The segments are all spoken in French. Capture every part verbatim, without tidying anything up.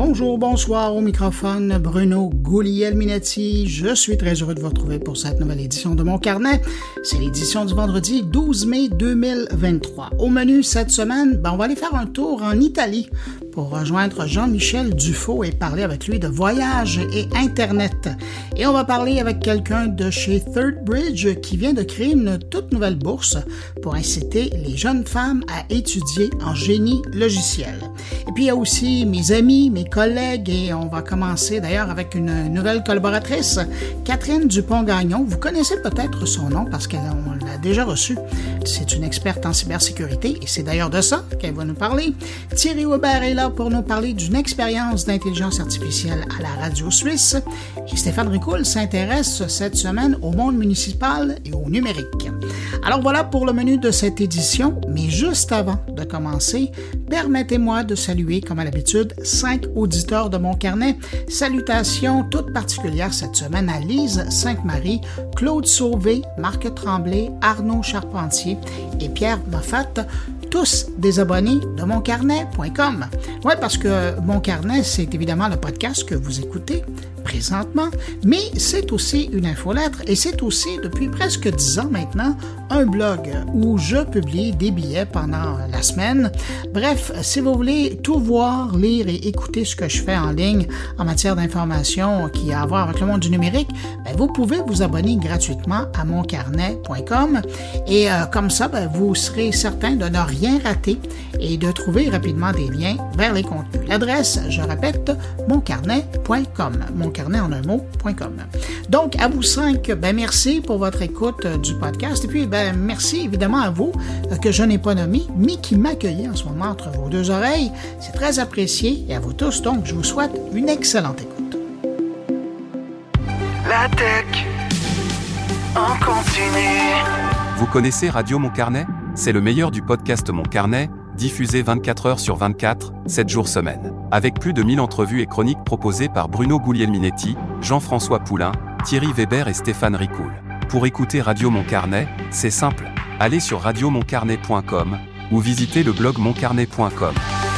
Bonjour, bonsoir, au microphone Bruno Guglielminetti. Je suis très heureux de vous retrouver pour cette nouvelle édition de Mon Carnet. C'est l'édition du vendredi douze mai deux mille vingt-trois. Au menu cette semaine, ben, on va aller faire un tour en Italie pour rejoindre Jean-Michel Dufault et parler avec lui de voyage et Internet. Et on va parler avec quelqu'un de chez Third Bridge qui vient de créer une toute nouvelle bourse pour inciter les jeunes femmes à étudier en génie logiciel. Et puis il y a aussi mes amis, mes collègues, et on va commencer d'ailleurs avec une nouvelle collaboratrice, Catherine Dupont-Gagnon. Vous connaissez peut-être son nom parce qu'on l'a déjà reçue. C'est une experte en cybersécurité et c'est d'ailleurs de ça qu'elle va nous parler. Thierry Weber est là pour nous parler d'une expérience d'intelligence artificielle à la radio suisse. Et Stéphane Ricoul s'intéresse cette semaine au monde municipal et au numérique. Alors voilà pour le menu de cette édition, mais juste avant de commencer, permettez-moi de saluer, comme à l'habitude, cinq auditeurs de Mon Carnet. Salutations toutes particulières cette semaine à Lise Sainte-Marie, Claude Sauvé, Marc Tremblay, Arnaud Charpentier et Pierre Moffat, tous des abonnés de mon carnet point com. Oui, parce que Mon Carnet, c'est évidemment le podcast que vous écoutez présentement, mais c'est aussi une infolettre et c'est aussi, depuis presque dix ans maintenant, un blog où je publie des billets pendant la semaine. Bref, si vous voulez tout voir, lire et écouter ce que je fais en ligne en matière d'information qui a à voir avec le monde du numérique, ben vous pouvez vous abonner gratuitement à mon carnet point com et euh, comme ça, ben vous serez certain de ne rien rater et de trouver rapidement des liens vers les contenus. L'adresse, je répète, mon carnet point com. Mon carnet en un mot point com. Donc, à vous cinq, ben merci pour votre écoute euh, du podcast. Et puis, ben merci évidemment à vous euh, que je n'ai pas nommé, mais qui m'accueillez en ce moment entre vos deux oreilles. C'est très apprécié. Et à vous tous, donc, je vous souhaite une excellente écoute. La tech en continu. Vous connaissez Radio Mon Carnet ? C'est le meilleur du podcast Mon Carnet, diffusé vingt-quatre heures sur vingt-quatre, sept jours semaine. Avec plus de mille entrevues et chroniques proposées par Bruno Guglielminetti, Jean-François Poulain, Thierry Weber et Stéphane Ricoul. Pour écouter Radio Mon Carnet, c'est simple. Allez sur radio mon carnet point com ou visitez le blog mon carnet point com.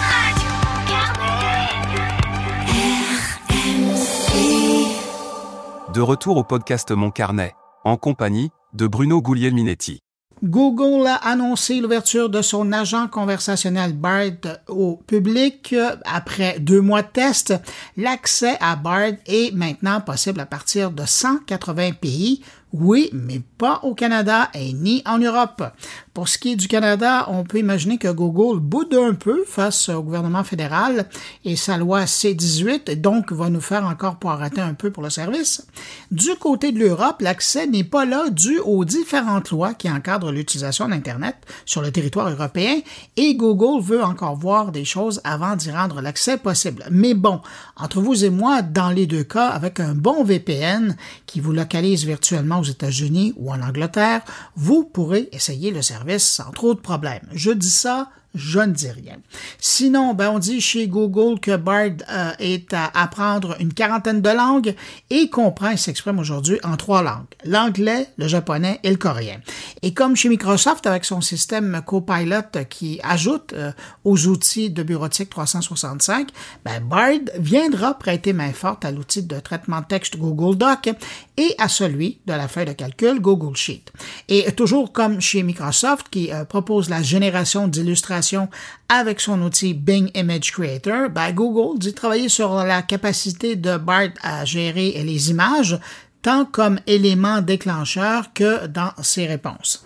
De retour au podcast Mon Carnet, en compagnie de Bruno Guglielminetti. Google a annoncé l'ouverture de son agent conversationnel Bard au public. Après deux mois de test, l'accès à Bard est maintenant possible à partir de cent quatre-vingts pays. Oui, mais pas au Canada et ni en Europe. Pour ce qui est du Canada, on peut imaginer que Google boude un peu face au gouvernement fédéral et sa loi C dix-huit, et donc va nous faire encore poireauter un peu pour le service. Du côté de l'Europe, l'accès n'est pas là dû aux différentes lois qui encadrent l'utilisation d'Internet sur le territoire européen et Google veut encore voir des choses avant d'y rendre l'accès possible. Mais bon, entre vous et moi, dans les deux cas, avec un bon V P N qui vous localise virtuellement aux États-Unis ou en Angleterre, vous pourrez essayer le service sans trop de problèmes. Je dis ça, je ne dis rien. Sinon, ben on dit chez Google que Bard euh, est à apprendre une quarantaine de langues et comprend et s'exprime aujourd'hui en trois langues, l'anglais, le japonais et le coréen. Et comme chez Microsoft avec son système Copilot qui ajoute euh, aux outils de bureautique trois cent soixante-cinq, ben Bard viendra prêter main forte à l'outil de traitement de texte Google Doc et à celui de la feuille de calcul Google Sheet. Et toujours comme chez Microsoft qui euh, propose la génération d'illustrations avec son outil Bing Image Creator, ben Google dit travailler sur la capacité de Bard à gérer les images, tant comme élément déclencheur que dans ses réponses.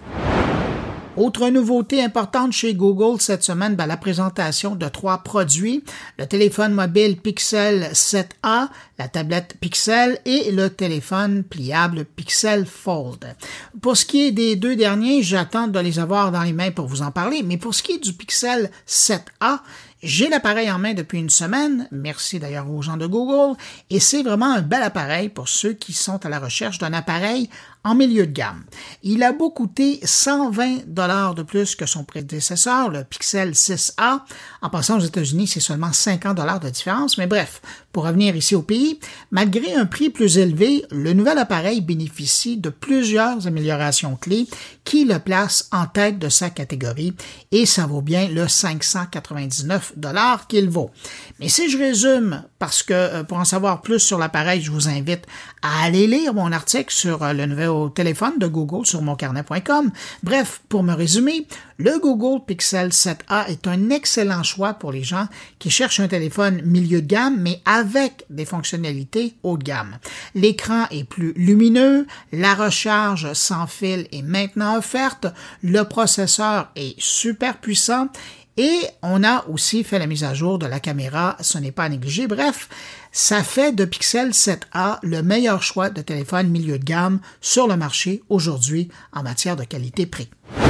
Autre nouveauté importante chez Google cette semaine, ben, la présentation de trois produits, le téléphone mobile Pixel sept A, la tablette Pixel et le téléphone pliable Pixel Fold. Pour ce qui est des deux derniers, j'attends de les avoir dans les mains pour vous en parler, mais pour ce qui est du Pixel sept A, j'ai l'appareil en main depuis une semaine, merci d'ailleurs aux gens de Google, et c'est vraiment un bel appareil pour ceux qui sont à la recherche d'un appareil en milieu de gamme. Il a beau coûter cent vingt dollars de plus que son prédécesseur, le Pixel six A. En passant aux États-Unis, c'est seulement cinquante dollars de différence, mais bref, pour revenir ici au pays, malgré un prix plus élevé, le nouvel appareil bénéficie de plusieurs améliorations clés qui le placent en tête de sa catégorie et ça vaut bien le cinq cent quatre-vingt-dix-neuf dollars qu'il vaut. Mais si je résume, parce que pour en savoir plus sur l'appareil, je vous invite à aller lire mon article sur le nouveau téléphone de Google sur mon carnet point com. Bref, pour me résumer, le Google Pixel sept A est un excellent choix pour les gens qui cherchent un téléphone milieu de gamme, mais avec des fonctionnalités haut de gamme. L'écran est plus lumineux, la recharge sans fil est maintenant offerte, le processeur est super puissant et on a aussi fait la mise à jour de la caméra, ce n'est pas à négliger. Bref, ça fait de Pixel sept A le meilleur choix de téléphone milieu de gamme sur le marché aujourd'hui en matière de qualité-prix.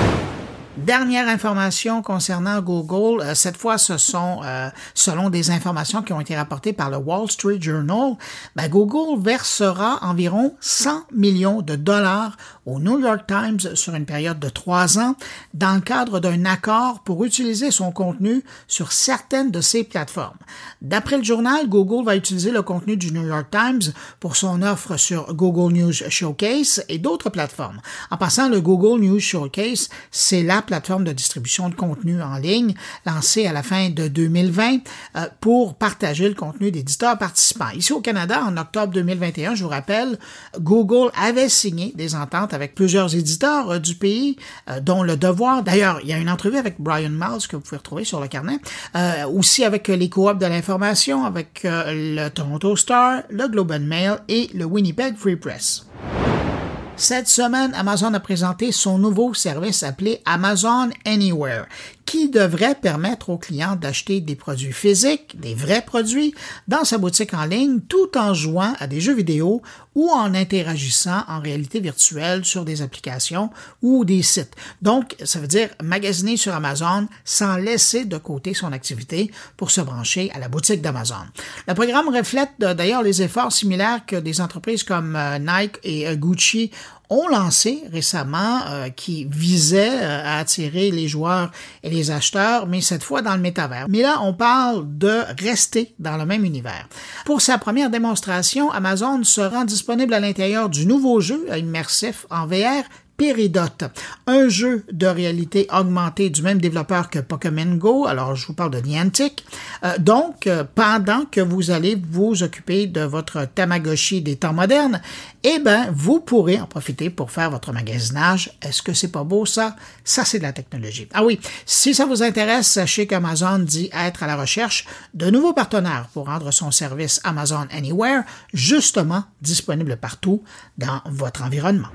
Dernière information concernant Google, euh, cette fois ce sont, euh, selon des informations qui ont été rapportées par le Wall Street Journal, ben, Google versera environ cent millions de dollars au New York Times sur une période de trois ans dans le cadre d'un accord pour utiliser son contenu sur certaines de ses plateformes. D'après le journal, Google va utiliser le contenu du New York Times pour son offre sur Google News Showcase et d'autres plateformes. En passant, le Google News Showcase, c'est la plateforme de distribution de contenu en ligne lancée à la fin de deux mille vingt euh, pour partager le contenu d'éditeurs participants. Ici au Canada, en octobre deux mille vingt et un, je vous rappelle, Google avait signé des ententes avec plusieurs éditeurs euh, du pays, euh, dont Le Devoir. D'ailleurs, il y a une entrevue avec Brian Miles que vous pouvez retrouver sur le carnet, euh, aussi avec les coops de l'information, avec euh, le Toronto Star, le Globe and Mail et le Winnipeg Free Press. Cette semaine, Amazon a présenté son nouveau service appelé Amazon Anywhere, qui devrait permettre aux clients d'acheter des produits physiques, des vrais produits, dans sa boutique en ligne, tout en jouant à des jeux vidéo ou en interagissant en réalité virtuelle sur des applications ou des sites. Donc, ça veut dire magasiner sur Amazon sans laisser de côté son activité pour se brancher à la boutique d'Amazon. Le programme reflète d'ailleurs les efforts similaires que des entreprises comme Nike et Gucci ont lancé récemment, euh, qui visaient euh, à attirer les joueurs et les acheteurs, mais cette fois dans le métavers. Mais là, on parle de rester dans le même univers. Pour sa première démonstration, Amazon se rend disponible à l'intérieur du nouveau jeu immersif en V R, Peridot, un jeu de réalité augmentée du même développeur que Pokémon Go, alors je vous parle de Niantic. Euh, donc, euh, pendant que vous allez vous occuper de votre Tamagotchi des temps modernes, eh bien, vous pourrez en profiter pour faire votre magasinage. Est-ce que c'est pas beau ça? Ça, c'est de la technologie. Ah oui, si ça vous intéresse, sachez qu'Amazon dit être à la recherche de nouveaux partenaires pour rendre son service Amazon Anywhere justement disponible partout dans votre environnement.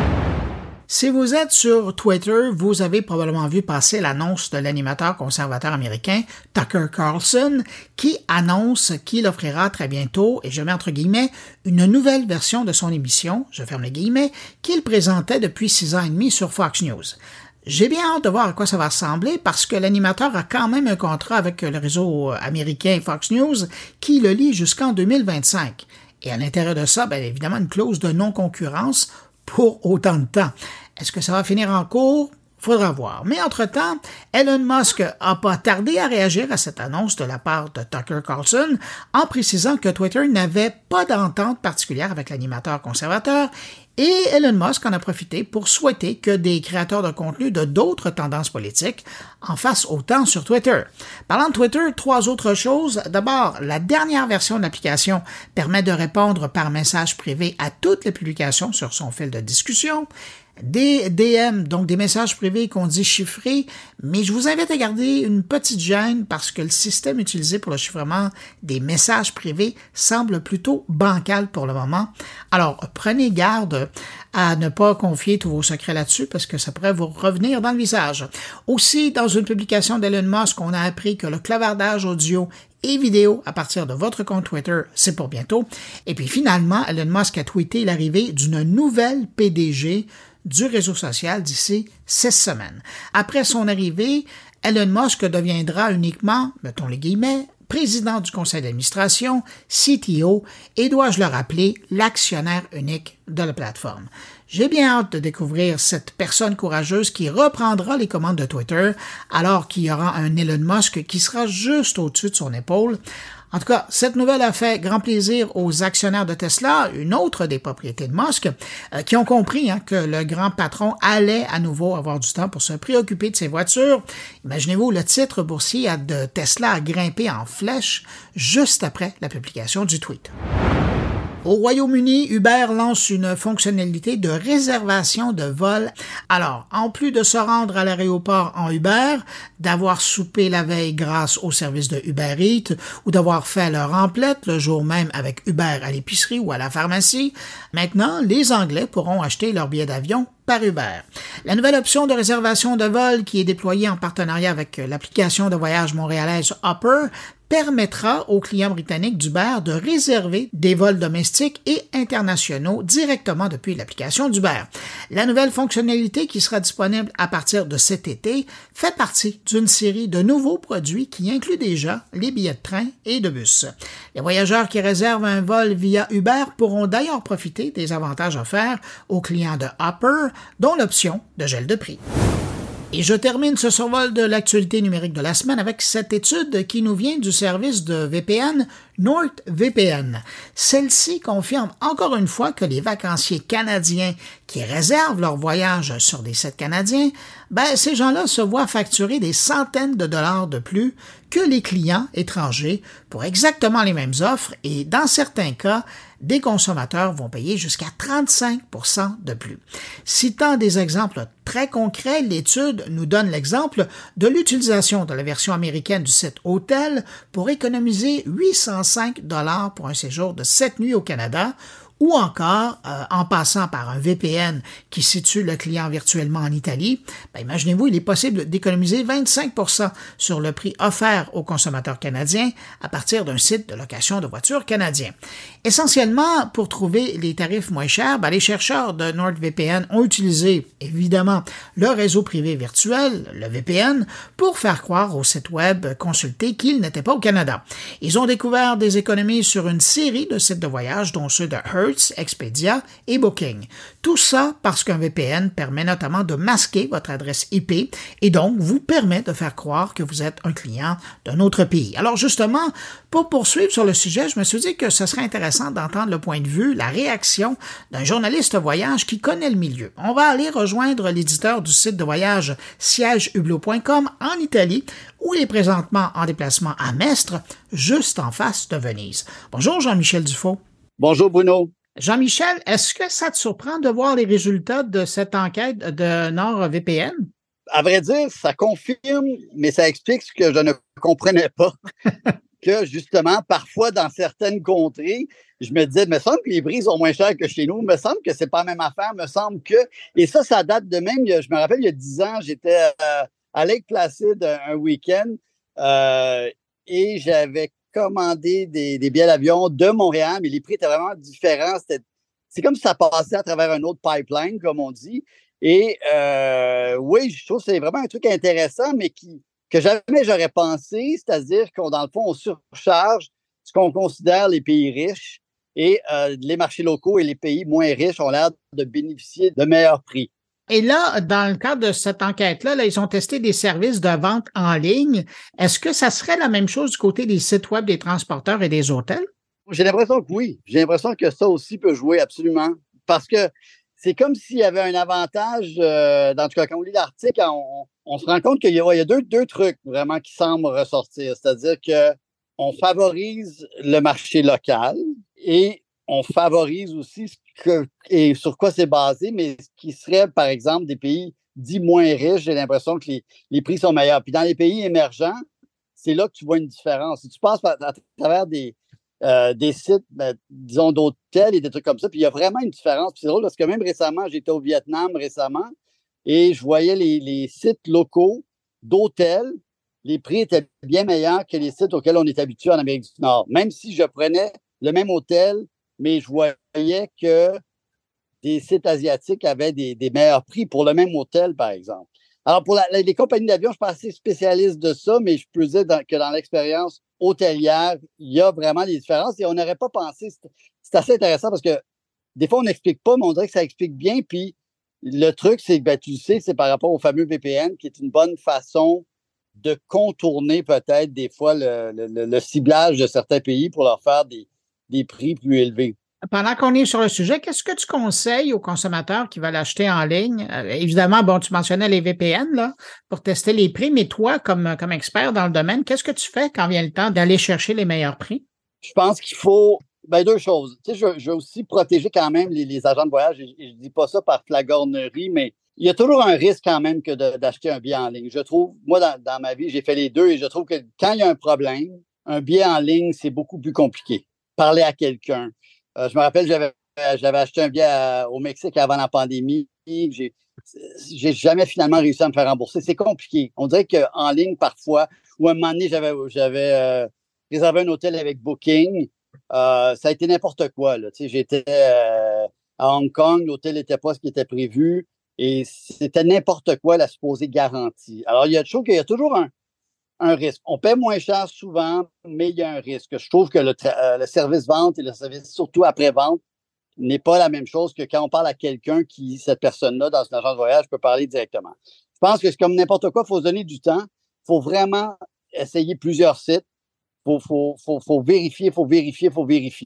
Si vous êtes sur Twitter, vous avez probablement vu passer l'annonce de l'animateur conservateur américain Tucker Carlson qui annonce qu'il offrira très bientôt, et je mets entre guillemets, une nouvelle version de son émission, je ferme les guillemets, qu'il présentait depuis six ans et demi sur Fox News. J'ai bien hâte de voir à quoi ça va ressembler parce que l'animateur a quand même un contrat avec le réseau américain Fox News qui le lie jusqu'en deux mille vingt-cinq. Et à l'intérieur de ça, bien évidemment, une clause de non-concurrence pour autant de temps. Est-ce que ça va finir en cours? Faudra voir. Mais entre-temps, Elon Musk n'a pas tardé à réagir à cette annonce de la part de Tucker Carlson en précisant que Twitter n'avait pas d'entente particulière avec l'animateur conservateur et Elon Musk en a profité pour souhaiter que des créateurs de contenu de d'autres tendances politiques en fassent autant sur Twitter. Parlant de Twitter, trois autres choses. D'abord, la dernière version de l'application permet de répondre par message privé à toutes les publications sur son fil de discussion. Des D M, donc des messages privés qu'on dit chiffrés, mais je vous invite à garder une petite gêne parce que le système utilisé pour le chiffrement des messages privés semble plutôt bancal pour le moment. Alors, prenez garde à ne pas confier tous vos secrets là-dessus parce que ça pourrait vous revenir dans le visage. Aussi, dans une publication d'Elon Musk, on a appris que le clavardage audio et vidéo à partir de votre compte Twitter, c'est pour bientôt. Et puis finalement, Elon Musk a tweeté l'arrivée d'une nouvelle P D G du réseau social d'ici six semaines. Après son arrivée, Elon Musk deviendra uniquement, mettons les guillemets, président du conseil d'administration, C T O, et dois-je le rappeler, l'actionnaire unique de la plateforme. J'ai bien hâte de découvrir cette personne courageuse qui reprendra les commandes de Twitter alors qu'il y aura un Elon Musk qui sera juste au-dessus de son épaule. En tout cas, cette nouvelle a fait grand plaisir aux actionnaires de Tesla, une autre des propriétés de Musk, euh, qui ont compris hein, que le grand patron allait à nouveau avoir du temps pour se préoccuper de ses voitures. Imaginez-vous, le titre boursier de Tesla a grimpé en flèche juste après la publication du tweet. Au Royaume-Uni, Uber lance une fonctionnalité de réservation de vol. Alors, en plus de se rendre à l'aéroport en Uber, d'avoir soupé la veille grâce au service de Uber Eats ou d'avoir fait leur emplette le jour même avec Uber à l'épicerie ou à la pharmacie, maintenant, les Anglais pourront acheter leur billet d'avion par Uber. La nouvelle option de réservation de vol qui est déployée en partenariat avec l'application de voyage montréalaise Hopper permettra aux clients britanniques d'Uber de réserver des vols domestiques et internationaux directement depuis l'application d'Uber. La nouvelle fonctionnalité qui sera disponible à partir de cet été fait partie d'une série de nouveaux produits qui incluent déjà les billets de train et de bus. Les voyageurs qui réservent un vol via Uber pourront d'ailleurs profiter des avantages offerts aux clients de Hopper, dont l'option de gel de prix. Et je termine ce survol de l'actualité numérique de la semaine avec cette étude qui nous vient du service de V P N NordVPN. Celle-ci confirme encore une fois que les vacanciers canadiens qui réservent leur voyage sur des sites canadiens, ben, ces gens-là se voient facturer des centaines de dollars de plus que les clients étrangers pour exactement les mêmes offres et, dans certains cas, des consommateurs vont payer jusqu'à trente-cinq pour cent de plus. Citant des exemples très concrets, l'étude nous donne l'exemple de l'utilisation de la version américaine du site Hôtel pour économiser huit cent cinq dollars pour un séjour de sept nuits au Canada, ou encore, euh, en passant par un V P N qui situe le client virtuellement en Italie, ben imaginez-vous, il est possible d'économiser vingt-cinq pour cent sur le prix offert aux consommateurs canadiens à partir d'un site de location de voitures canadien. Essentiellement, pour trouver les tarifs moins chers, ben les chercheurs de NordVPN ont utilisé, évidemment, le réseau privé virtuel, le V P N, pour faire croire au site web consulté qu'ils n'étaient pas au Canada. Ils ont découvert des économies sur une série de sites de voyage, dont ceux de Hertz, Expedia et Booking. Tout ça parce qu'un V P N permet notamment de masquer votre adresse I P et donc vous permet de faire croire que vous êtes un client d'un autre pays. Alors justement, pour poursuivre sur le sujet, je me suis dit que ce serait intéressant d'entendre le point de vue, la réaction d'un journaliste voyage qui connaît le milieu. On va aller rejoindre l'éditeur du site de voyage siège hublot point com en Italie, où il est présentement en déplacement à Mestre, juste en face de Venise. Bonjour Jean-Michel Dufault. Bonjour Bruno. Jean-Michel, est-ce que ça te surprend de voir les résultats de cette enquête de NordVPN? À vrai dire, ça confirme, mais ça explique ce que je ne comprenais pas. Que justement, parfois, dans certaines contrées, je me disais, il me semble que les prix sont moins chers que chez nous, il me semble que c'est pas la même affaire, il me semble que... Et ça, ça date de même, je me rappelle, il y a dix ans, j'étais euh, à Lake Placid un, un week-end euh, et j'avais commandé des, des billets d'avion de Montréal, mais les prix étaient vraiment différents. C'était, c'est comme si ça passait à travers un autre pipeline, comme on dit. Et euh, oui, je trouve que c'est vraiment un truc intéressant, mais qui, que jamais j'aurais pensé, c'est-à-dire qu'on, dans le fond, on surcharge ce qu'on considère les pays riches et euh, les marchés locaux et les pays moins riches ont l'air de bénéficier de meilleurs prix. Et là, dans le cadre de cette enquête-là, là, ils ont testé des services de vente en ligne. Est-ce que ça serait la même chose du côté des sites web des transporteurs et des hôtels? J'ai l'impression que oui. J'ai l'impression que ça aussi peut jouer absolument. Parce que c'est comme s'il y avait un avantage, euh, dans tout cas, quand on lit l'article, on, on se rend compte qu'il y a, il y a deux, deux trucs vraiment qui semblent ressortir. C'est-à-dire qu'on favorise le marché local et on favorise aussi ce que, et sur quoi c'est basé, mais ce qui serait, par exemple, des pays dits moins riches, j'ai l'impression que les, les prix sont meilleurs. Puis dans les pays émergents, c'est là que tu vois une différence. Si tu passes à, à travers des, euh, des sites, ben, disons, d'hôtels et des trucs comme ça, puis il y a vraiment une différence. Puis c'est drôle parce que même récemment, j'étais au Vietnam récemment et je voyais les, les sites locaux d'hôtels. Les prix étaient bien meilleurs que les sites auxquels on est habitué en Amérique du Nord. Même si je prenais le même hôtel, mais je voyais que des sites asiatiques avaient des, des meilleurs prix pour le même hôtel, par exemple. Alors, pour la, les compagnies d'avion, je ne suis pas assez spécialiste de ça, mais je peux dire dans, que dans l'expérience hôtelière, il y a vraiment des différences et on n'aurait pas pensé. C'est, c'est assez intéressant parce que des fois, on n'explique pas, mais on dirait que ça explique bien. Puis le truc, c'est que ben, tu le sais, c'est par rapport au fameux V P N, qui est une bonne façon de contourner peut-être des fois le, le, le ciblage de certains pays pour leur faire des, des prix plus élevés. Pendant qu'on est sur le sujet, qu'est-ce que tu conseilles aux consommateurs qui veulent acheter en ligne? Euh, évidemment, bon, tu mentionnais les V P N là, pour tester les prix, mais toi, comme, comme expert dans le domaine, qu'est-ce que tu fais quand vient le temps d'aller chercher les meilleurs prix? Je pense qu'il faut ben, deux choses. Tu sais, je, je veux aussi protéger quand même les, les agents de voyage. Et, et je dis pas ça par flagornerie, mais il y a toujours un risque quand même que de, d'acheter un billet en ligne. Je trouve, moi, dans, dans ma vie, j'ai fait les deux et je trouve que quand il y a un problème, un billet en ligne, c'est beaucoup plus compliqué. Parler à quelqu'un. Euh, je me rappelle, j'avais, j'avais acheté un billet à, au Mexique avant la pandémie. J'ai, j'ai jamais finalement réussi à me faire rembourser. C'est compliqué. On dirait qu'en ligne, parfois, ou à un moment donné, j'avais, j'avais euh, réservé un hôtel avec Booking. Euh, ça a été n'importe quoi. Là. Tu sais, j'étais euh, à Hong Kong, l'hôtel n'était pas ce qui était prévu et c'était n'importe quoi la supposée garantie. Alors, il y a, je trouve qu'il y a toujours un, un risque. On paie moins cher souvent, mais il y a un risque. Je trouve que le, tra- euh, le service vente et le service surtout après-vente n'est pas la même chose que quand on parle à quelqu'un qui, cette personne-là, dans une agence de voyage, peut parler directement. Je pense que c'est comme n'importe quoi, il faut se donner du temps. Il faut vraiment essayer plusieurs sites. Il faut, faut, faut, faut vérifier, il faut vérifier, il faut vérifier.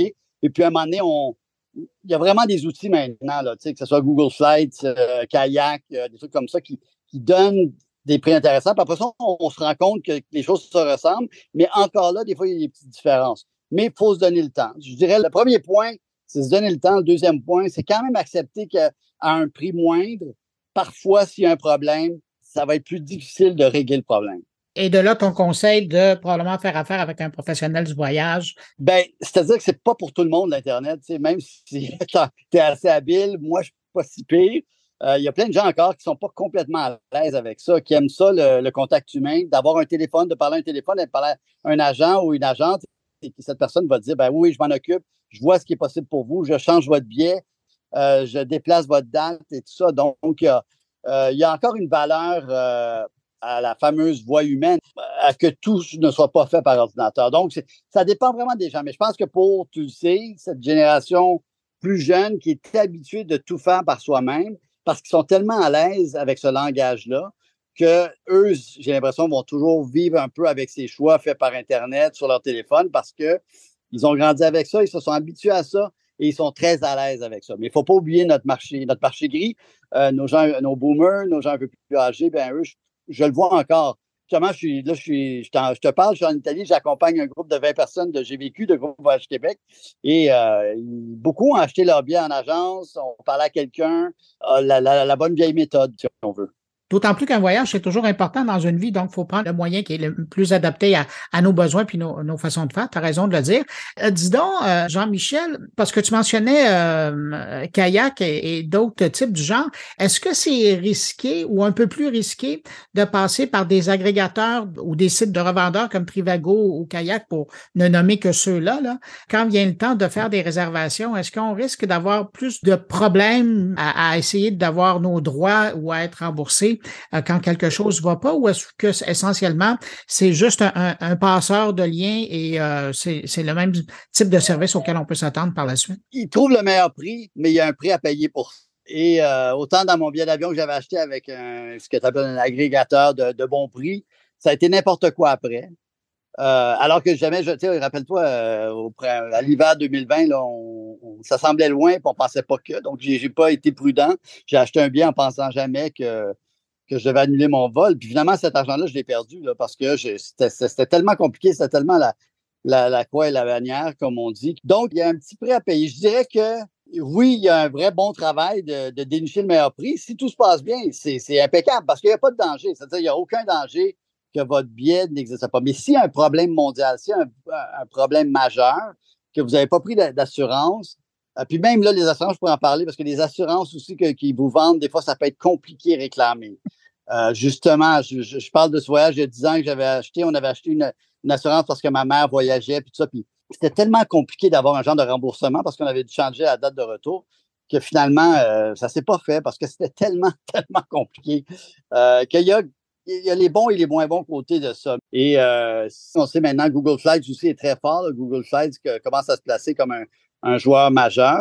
Et puis, à un moment donné, on, il y a vraiment des outils maintenant, là, tu sais, que ce soit Google Flights, euh, Kayak, euh, des trucs comme ça qui, qui donnent des prix intéressants. Puis après ça, on, on se rend compte que les choses se ressemblent, mais encore là, des fois, il y a des petites différences. Mais il faut se donner le temps. Je dirais, le premier point, c'est se donner le temps. Le deuxième point, c'est quand même accepter qu'à un prix moindre, parfois, s'il y a un problème, ça va être plus difficile de régler le problème. Et de là, ton conseil de probablement faire affaire avec un professionnel du voyage? Ben, c'est-à-dire que c'est pas pour tout le monde, l'Internet. Tu sais, même si tu es assez habile, moi, je suis pas si pire. Il euh, y a plein de gens encore qui sont pas complètement à l'aise avec ça, qui aiment ça, le, le contact humain, d'avoir un téléphone, de parler à un téléphone, de parler à un agent ou une agente, et que cette personne va dire, ben oui, je m'en occupe, je vois ce qui est possible pour vous, je change votre billet, euh, je déplace votre date et tout ça. Donc, il y a, euh, y a encore une valeur euh, à la fameuse voix humaine, à que tout ne soit pas fait par ordinateur. Donc, c'est, ça dépend vraiment des gens. Mais je pense que pour, tu le sais, cette génération plus jeune qui est habituée de tout faire par soi-même, parce qu'ils sont tellement à l'aise avec ce langage-là, que eux, j'ai l'impression, vont toujours vivre un peu avec ces choix faits par Internet, sur leur téléphone, parce que ils ont grandi avec ça, ils se sont habitués à ça et ils sont très à l'aise avec ça. Mais il ne faut pas oublier notre marché, notre marché gris, euh, nos gens, nos boomers, nos gens un peu plus âgés, ben eux, je, je le vois encore. Justement, je suis, là, je suis, je, je te parle, je suis en Italie, j'accompagne un groupe de vingt personnes de G V Q, de Groupe Voyage Québec, et euh, beaucoup ont acheté leur billet en agence, on parlait à quelqu'un, euh, la, la, la bonne vieille méthode, si on veut. D'autant plus qu'un voyage, c'est toujours important dans une vie, donc il faut prendre le moyen qui est le plus adapté à, à nos besoins puis nos, nos façons de faire. Tu as raison de le dire. Euh, dis donc, euh, Jean-Michel, parce que tu mentionnais euh, Kayak et, et d'autres types du genre, est-ce que c'est risqué ou un peu plus risqué de passer par des agrégateurs ou des sites de revendeurs comme Trivago ou Kayak, pour ne nommer que ceux-là, là, quand vient le temps de faire des réservations, est-ce qu'on risque d'avoir plus de problèmes à, à essayer d'avoir nos droits ou à être remboursés quand quelque chose ne va pas, ou est-ce que essentiellement c'est juste un, un, un passeur de liens et euh, c'est, c'est le même type de service auquel on peut s'attendre par la suite? Ils trouvent le meilleur prix, mais il y a un prix à payer pour ça. Et euh, autant dans mon billet d'avion que j'avais acheté avec un, ce que tu appelles un agrégateur de, de bon prix, ça a été n'importe quoi après. Euh, alors que jamais, je, tu sais, rappelle-toi, euh, au, à l'hiver deux mille vingt, là, on, on, ça semblait loin, puis on pensait pas que. Donc, j'ai, j'ai pas été prudent. J'ai acheté un billet en pensant jamais que que je devais annuler mon vol. Puis finalement, cet argent-là, je l'ai perdu là, parce que je, c'était, c'était tellement compliqué, c'était tellement la, la, la croix et la bannière, comme on dit. Donc, il y a un petit prix à payer. Je dirais que oui, il y a un vrai bon travail de, de dénicher le meilleur prix. Si tout se passe bien, c'est, c'est impeccable parce qu'il n'y a pas de danger. C'est-à-dire qu'il n'y a aucun danger que votre billet n'existe pas. Mais s'il y a un problème mondial, s'il y a un, un problème majeur, que vous n'avez pas pris d'assurance, puis même là, les assurances, je pourrais en parler parce que les assurances aussi que, qu'ils vous vendent, des fois, ça peut être compliqué à réclamer. Euh, justement, je, je, je parle de ce voyage il y a dix ans que j'avais acheté. On avait acheté une, une assurance parce que ma mère voyageait, puis tout ça. Puis c'était tellement compliqué d'avoir un genre de remboursement parce qu'on avait dû changer la date de retour que finalement, euh, ça s'est pas fait parce que c'était tellement, tellement compliqué euh, qu'il y a, il y a les bons et les moins bons côtés de ça. Et euh, on sait maintenant, Google Flights aussi est très fort. Là. Google Flights que, commence à se placer comme un, un joueur majeur.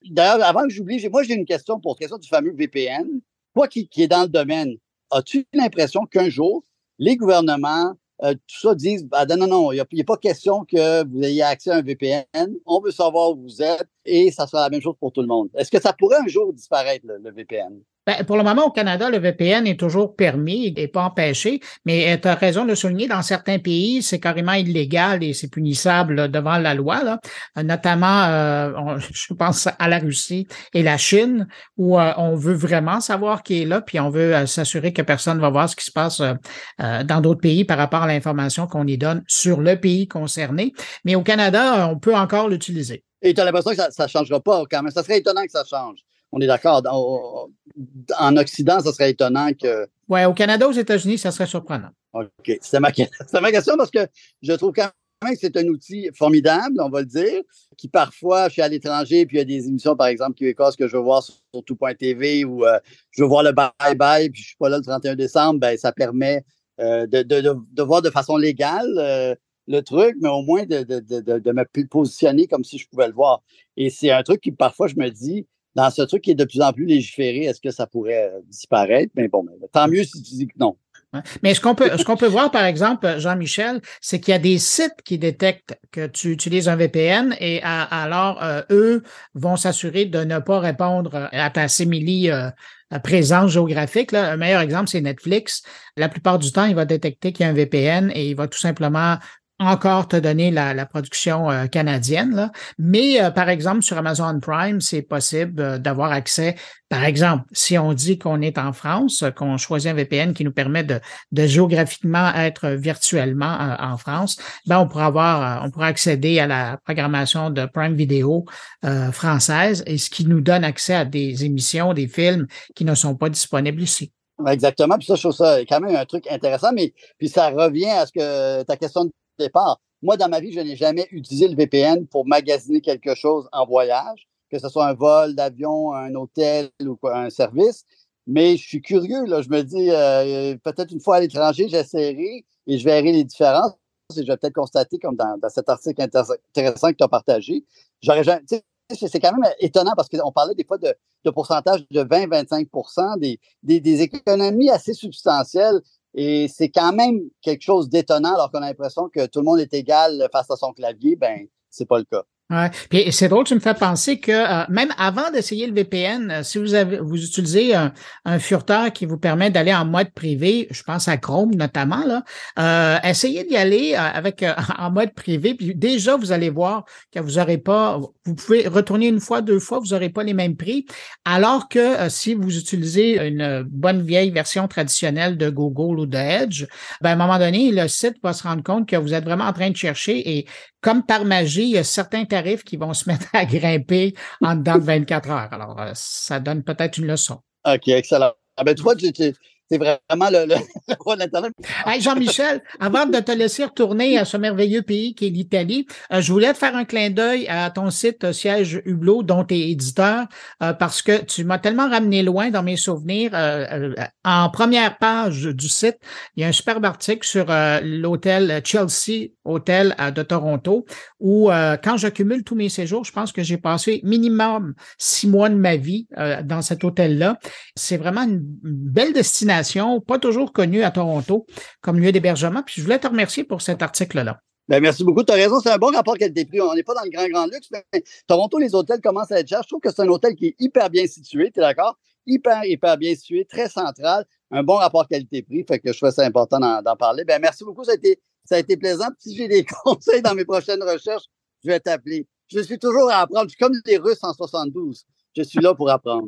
d'ailleurs, avant que j'oublie, j'ai, moi, j'ai une question pour question du fameux V P N. Toi qui, qui est dans le domaine, as-tu l'impression qu'un jour, les gouvernements, euh, tout ça, disent, ah, non, non, non, il n'y a, a pas question que vous ayez accès à un V P N, on veut savoir où vous êtes et ça sera la même chose pour tout le monde. Est-ce que ça pourrait un jour disparaître, le, le V P N? Ben, pour le moment, au Canada, le V P N est toujours permis et pas empêché, mais tu as raison de le souligner, dans certains pays, c'est carrément illégal et c'est punissable là, devant la loi, là. Notamment, euh, on, je pense à la Russie et la Chine, où euh, on veut vraiment savoir qui est là, puis on veut euh, s'assurer que personne ne va voir ce qui se passe euh, euh, dans d'autres pays par rapport à l'information qu'on y donne sur le pays concerné. Mais au Canada, on peut encore l'utiliser. Et tu as l'impression que ça ne changera pas quand même. Ça serait étonnant que ça change. On est d'accord. Dans, en Occident, ça serait étonnant que... Oui, au Canada, aux États-Unis, ça serait surprenant. OK. C'était ma, c'était ma question parce que je trouve quand même que c'est un outil formidable, on va le dire, qui parfois, je suis à l'étranger, puis il y a des émissions, par exemple, québécoises que je veux voir sur tout point T V ou euh, je veux voir le bye-bye, puis je ne suis pas là le trente et un décembre, ben ça permet euh, de, de, de, de voir de façon légale euh, le truc, mais au moins de, de, de, de me positionner comme si je pouvais le voir. Et c'est un truc qui, parfois, je me dis, dans ce truc qui est de plus en plus légiféré, est-ce que ça pourrait disparaître? Mais bon, mais tant mieux si tu dis que non. Mais ce qu'on peut, ce qu'on peut voir, par exemple, Jean-Michel, c'est qu'il y a des sites qui détectent que tu utilises un V P N et à, alors, euh, eux vont s'assurer de ne pas répondre à ta simili euh, présence géographique. Là. Un meilleur exemple, c'est Netflix. La plupart du temps, il va détecter qu'il y a un V P N et il va tout simplement encore te donner la, la production euh, canadienne, là. Mais euh, par exemple sur Amazon Prime, c'est possible euh, d'avoir accès. Par exemple, si on dit qu'on est en France, euh, qu'on choisit un V P N qui nous permet de, de géographiquement être virtuellement euh, en France, ben on pourra avoir, euh, on pourra accéder à la programmation de Prime Video euh, française, et ce qui nous donne accès à des émissions, des films qui ne sont pas disponibles ici. Exactement. Puis ça, je trouve ça quand même un truc intéressant. Mais puis ça revient à ce que ta question de départ. Moi, dans ma vie, je n'ai jamais utilisé le V P N pour magasiner quelque chose en voyage, que ce soit un vol d'avion, un hôtel ou quoi, un service. Mais je suis curieux, là. Je me dis, euh, peut-être une fois à l'étranger, j'essaierai et je verrai les différences. Et je vais peut-être constater, comme dans, dans cet article intéressant que tu as partagé, j'aurais jamais, tu sais, c'est quand même étonnant parce qu'on parlait des fois de, de pourcentage de vingt à vingt-cinq pour cent, des, des, des économies assez substantielles. Et c'est quand même quelque chose d'étonnant alors qu'on a l'impression que tout le monde est égal face à son clavier. Ben, c'est pas le cas. Ouais. Puis c'est drôle, tu me fais penser que euh, même avant d'essayer le V P N, euh, si vous avez vous utilisez un, un furteur qui vous permet d'aller en mode privé, je pense à Chrome notamment, là, euh, essayez d'y aller euh, avec euh, en mode privé, puis déjà vous allez voir que vous aurez pas, vous pouvez retourner une fois, deux fois, vous n'aurez pas les mêmes prix, alors que euh, si vous utilisez une bonne vieille version traditionnelle de Google ou de Edge, ben à un moment donné, le site va se rendre compte que vous êtes vraiment en train de chercher et comme par magie, il y a certains tarifs qui vont se mettre à grimper en dedans de vingt-quatre heures. Alors, euh, ça donne peut-être une leçon. OK, excellent. Ah ben, tu vois, tu, tu, c'est vraiment le, le, le roi de l'Internet. Hey Jean-Michel, avant de te laisser retourner à ce merveilleux pays qui est l'Italie, euh, je voulais te faire un clin d'œil à ton site Siège Hublot, dont tu es éditeur, euh, parce que tu m'as tellement ramené loin dans mes souvenirs. Euh, euh, en première page du site, il y a un superbe article sur euh, l'hôtel Chelsea, hôtel euh, de Toronto, où euh, quand j'accumule tous mes séjours, je pense que j'ai passé minimum six mois de ma vie euh, dans cet hôtel-là. C'est vraiment une belle destination, pas toujours connue à Toronto comme lieu d'hébergement. Puis je voulais te remercier pour cet article-là. Ben merci beaucoup. Tu as raison, c'est un bon rapport qualité-prix. On n'est pas dans le grand, grand luxe, mais Toronto, les hôtels commencent à être chers. Je trouve que c'est un hôtel qui est hyper bien situé, tu es d'accord? Hyper, hyper bien situé, très central, un bon rapport qualité-prix. Fait que je trouve ça important d'en, d'en parler. Ben merci beaucoup, ça a été, ça a été plaisant. Si j'ai des conseils dans mes prochaines recherches, je vais t'appeler. Je suis toujours à apprendre. Je suis comme les Russes en soixante-douze. Je suis là pour apprendre.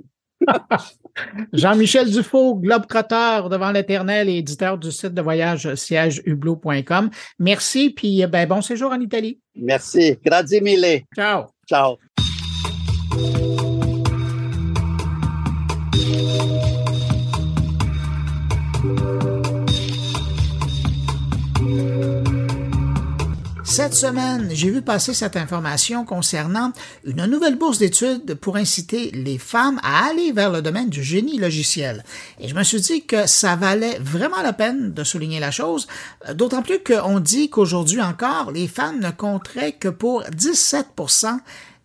Jean-Michel Dufault, globe-trotteur devant l'éternel et éditeur du site de voyage siège hublot point com. Merci, puis ben, bon séjour en Italie. Merci. Grazie mille. Ciao. Ciao. Cette semaine, j'ai vu passer cette information concernant une nouvelle bourse d'études pour inciter les femmes à aller vers le domaine du génie logiciel. Et je me suis dit que ça valait vraiment la peine de souligner la chose, d'autant plus qu'on dit qu'aujourd'hui encore, les femmes ne compteraient que pour dix-sept pour cent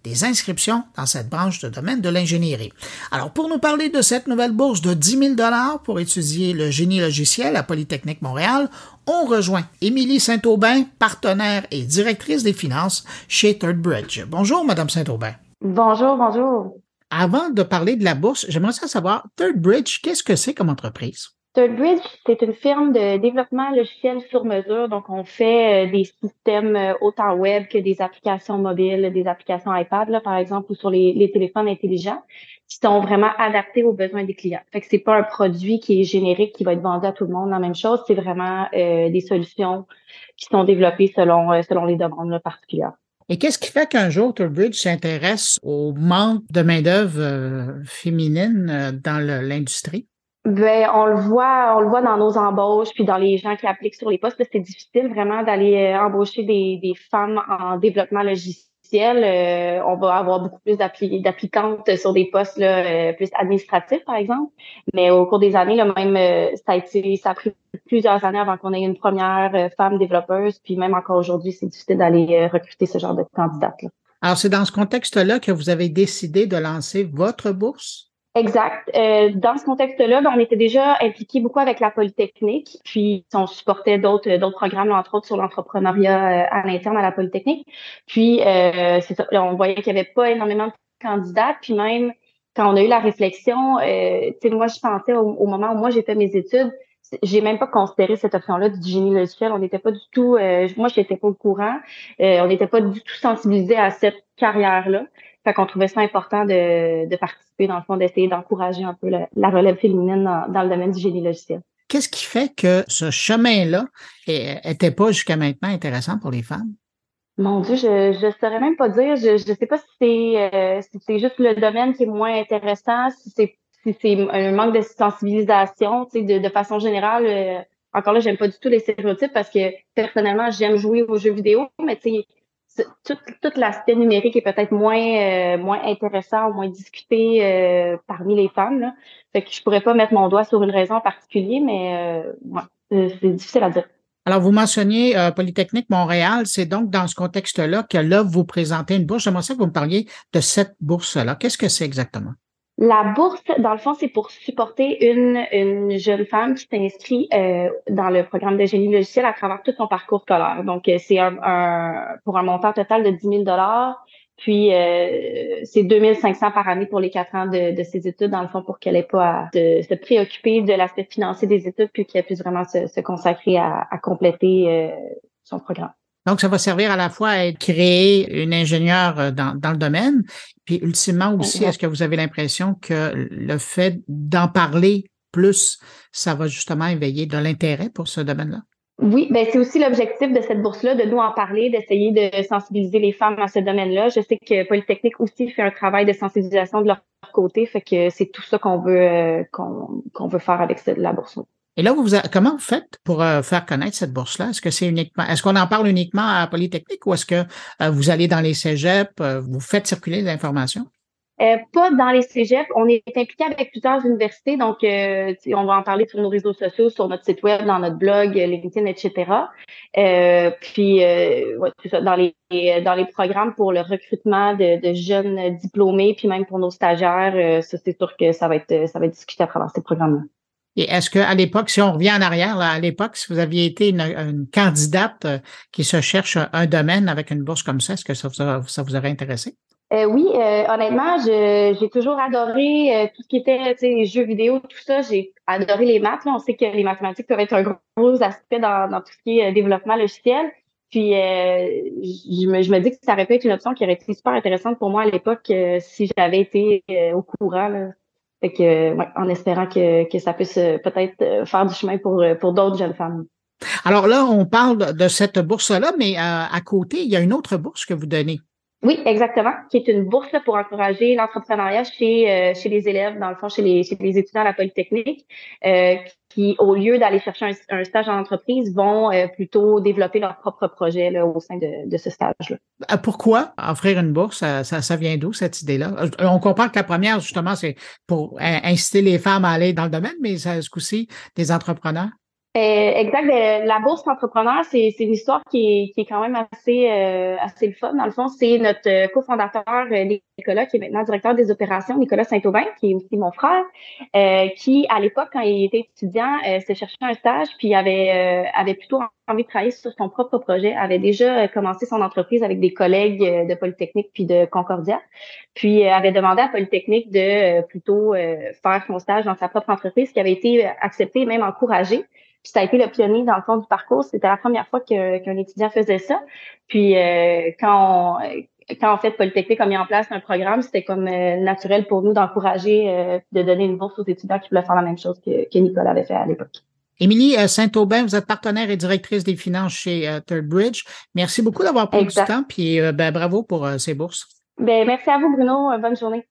des inscriptions dans cette branche de domaine de l'ingénierie. Alors, pour nous parler de cette nouvelle bourse de dix mille dollars pour étudier le génie logiciel à Polytechnique Montréal, on rejoint Émilie Saint-Aubin, partenaire et directrice des finances chez Third Bridge. Bonjour, Madame Saint-Aubin. Bonjour, bonjour. Avant de parler de la bourse, j'aimerais savoir, Third Bridge, qu'est-ce que c'est comme entreprise? Third Bridge, c'est une firme de développement logiciel sur mesure. Donc, on fait des systèmes autant web que des applications mobiles, des applications iPad, là, par exemple, ou sur les, les téléphones intelligents, qui sont vraiment adaptés aux besoins des clients. Fait que c'est pas un produit qui est générique, qui va être vendu à tout le monde la même chose. C'est vraiment euh, des solutions qui sont développées selon, euh, selon les demandes là, particulières. Et qu'est-ce qui fait qu'un jour, Third Bridge s'intéresse au manque de main-d'œuvre euh, féminine euh, dans le, l'industrie? Ben, on le voit, on le voit dans nos embauches, puis dans les gens qui appliquent sur les postes. Là, c'est difficile vraiment d'aller euh, embaucher des, des femmes en développement logiciel. Euh, on va avoir beaucoup plus d'appli- d'applicantes sur des postes là, euh, plus administratifs, par exemple. Mais au cours des années, là, même euh, ça a été, ça a pris plusieurs années avant qu'on ait une première euh, femme développeuse. Puis même encore aujourd'hui, c'est difficile d'aller euh, recruter ce genre de candidates là. Alors, c'est dans ce contexte-là que vous avez décidé de lancer votre bourse? Exact. Euh, dans ce contexte-là, ben, on était déjà impliqués beaucoup avec la Polytechnique, puis on supportait d'autres d'autres programmes, là, entre autres sur l'entrepreneuriat euh, à l'interne à la Polytechnique. Puis euh, c'est ça, là, on voyait qu'il n'y avait pas énormément de candidats, puis même quand on a eu la réflexion, euh, tu sais, moi je pensais au, au moment où moi j'ai fait mes études, j'ai même pas considéré cette option-là du génie logiciel. On n'était pas du tout, euh, moi je n'étais pas au courant, euh, on n'était pas du tout sensibilisé à cette carrière-là. Fait qu'on trouvait ça important de, de participer, dans le fond, d'essayer d'encourager un peu la, la relève féminine dans, dans le domaine du génie logiciel. Qu'est-ce qui fait que ce chemin-là était pas jusqu'à maintenant intéressant pour les femmes? Mon Dieu, je je saurais même pas dire. Je je sais pas si c'est euh, si c'est juste le domaine qui est moins intéressant, si c'est si c'est un manque de sensibilisation, tu sais, de, de façon générale. Euh, encore là, j'aime pas du tout les stéréotypes parce que personnellement, j'aime jouer aux jeux vidéo, mais tu sais, tout, tout l'aspect numérique est peut-être moins euh, moins intéressant ou moins discuté euh, parmi les femmes. Là. Fait que je pourrais pas mettre mon doigt sur une raison en particulier, mais euh, ouais, c'est difficile à dire. Alors, vous mentionniez euh, Polytechnique Montréal. C'est donc dans ce contexte-là que là, vous présentez une bourse. J'aimerais ça que vous me parliez de cette bourse-là. Qu'est-ce que c'est exactement? La bourse, dans le fond, c'est pour supporter une, une jeune femme qui s'inscrit euh, dans le programme de génie logiciel à travers tout son parcours scolaire. Donc, c'est un, un pour un montant total de dix mille dollars. Puis, euh, c'est deux mille cinq cents par année pour les quatre ans de, de ses études, dans le fond, pour qu'elle ait pas à de, se préoccuper de l'aspect financier des études, puis qu'elle puisse vraiment se, se consacrer à, à compléter euh, son programme. Donc, ça va servir à la fois à créer une ingénieure dans, dans le domaine, puis ultimement aussi, est-ce que vous avez l'impression que le fait d'en parler plus, ça va justement éveiller de l'intérêt pour ce domaine-là? Oui, ben c'est aussi l'objectif de cette bourse-là, de nous en parler, d'essayer de sensibiliser les femmes à ce domaine-là. Je sais que Polytechnique aussi fait un travail de sensibilisation de leur côté, fait que c'est tout ça qu'on veut euh, qu'on, qu'on veut faire avec cette, la bourse-là. Et là, vous, comment vous faites pour euh, faire connaître cette bourse-là? Est-ce que c'est uniquement, est-ce qu'on en parle uniquement à Polytechnique ou est-ce que euh, vous allez dans les cégeps, euh, vous faites circuler l'information? Euh, pas dans les cégeps. On est impliqué avec plusieurs universités, donc euh, on va en parler sur nos réseaux sociaux, sur notre site web, dans notre blog, LinkedIn, et cetera. Euh, puis, euh, ouais, c'est ça, dans les dans les programmes pour le recrutement de, de jeunes diplômés, puis même pour nos stagiaires, euh, ça c'est sûr que ça va être ça va être discuté à travers ces programmes-là. Et est-ce qu'à l'époque, si on revient en arrière, là, à l'époque, si vous aviez été une, une candidate qui se cherche un domaine avec une bourse comme ça, est-ce que ça vous, a, ça vous aurait intéressé? Euh, oui, euh, honnêtement, je, j'ai toujours adoré euh, tout ce qui était les jeux vidéo, tout ça. J'ai adoré les maths. Là. On sait que les mathématiques peuvent être un gros, gros aspect dans, dans tout ce qui est euh, développement logiciel. Puis, euh, je, me, je me dis que ça aurait pu être une option qui aurait été super intéressante pour moi à l'époque euh, si j'avais été euh, au courant. Là. Fait que, ouais, en espérant que, que ça puisse euh, peut-être euh, faire du chemin pour, pour d'autres jeunes femmes. Alors là, on parle de cette bourse-là, mais euh, à côté, il y a une autre bourse que vous donnez. Oui, exactement, qui est une bourse là, pour encourager l'entrepreneuriat chez euh, chez les élèves, dans le fond, chez les chez les étudiants à la Polytechnique, euh, qui, au lieu d'aller chercher un, un stage en entreprise, vont euh, plutôt développer leur propre projet là, au sein de, de ce stage-là. Pourquoi offrir une bourse? Ça, ça, ça vient d'où, cette idée-là? On comprend que la première, justement, c'est pour inciter les femmes à aller dans le domaine, mais ça, ce coup-ci, des entrepreneurs. Euh, exact. Ben, la bourse d'entrepreneurs, c'est c'est une histoire qui est qui est quand même assez euh, assez le fun. Dans le fond, c'est notre euh, cofondateur euh, Nicolas, qui est maintenant directeur des opérations, Nicolas Saint-Aubin, qui est aussi mon frère, euh, qui à l'époque, quand il était étudiant, euh, s'est cherché un stage, puis avait euh, avait plutôt envie de travailler sur son propre projet, avait déjà euh, commencé son entreprise avec des collègues euh, de Polytechnique puis de Concordia, puis euh, avait demandé à Polytechnique de euh, plutôt euh, faire son stage dans sa propre entreprise, qui avait été accepté et même encouragé. Puis ça a été le pionnier dans le fond du parcours. C'était la première fois que, qu'un étudiant faisait ça. Puis euh, quand on, quand en fait Polytechnique a mis en place un programme, c'était comme euh, naturel pour nous d'encourager, euh, de donner une bourse aux étudiants qui voulaient faire la même chose que, que Nicolas avait fait à l'époque. Émilie Saint-Aubin, vous êtes partenaire et directrice des finances chez euh, Third Bridge. Merci beaucoup d'avoir pris exact. du temps. Puis euh, ben, bravo pour euh, ces bourses. Ben merci à vous Bruno. Bonne journée.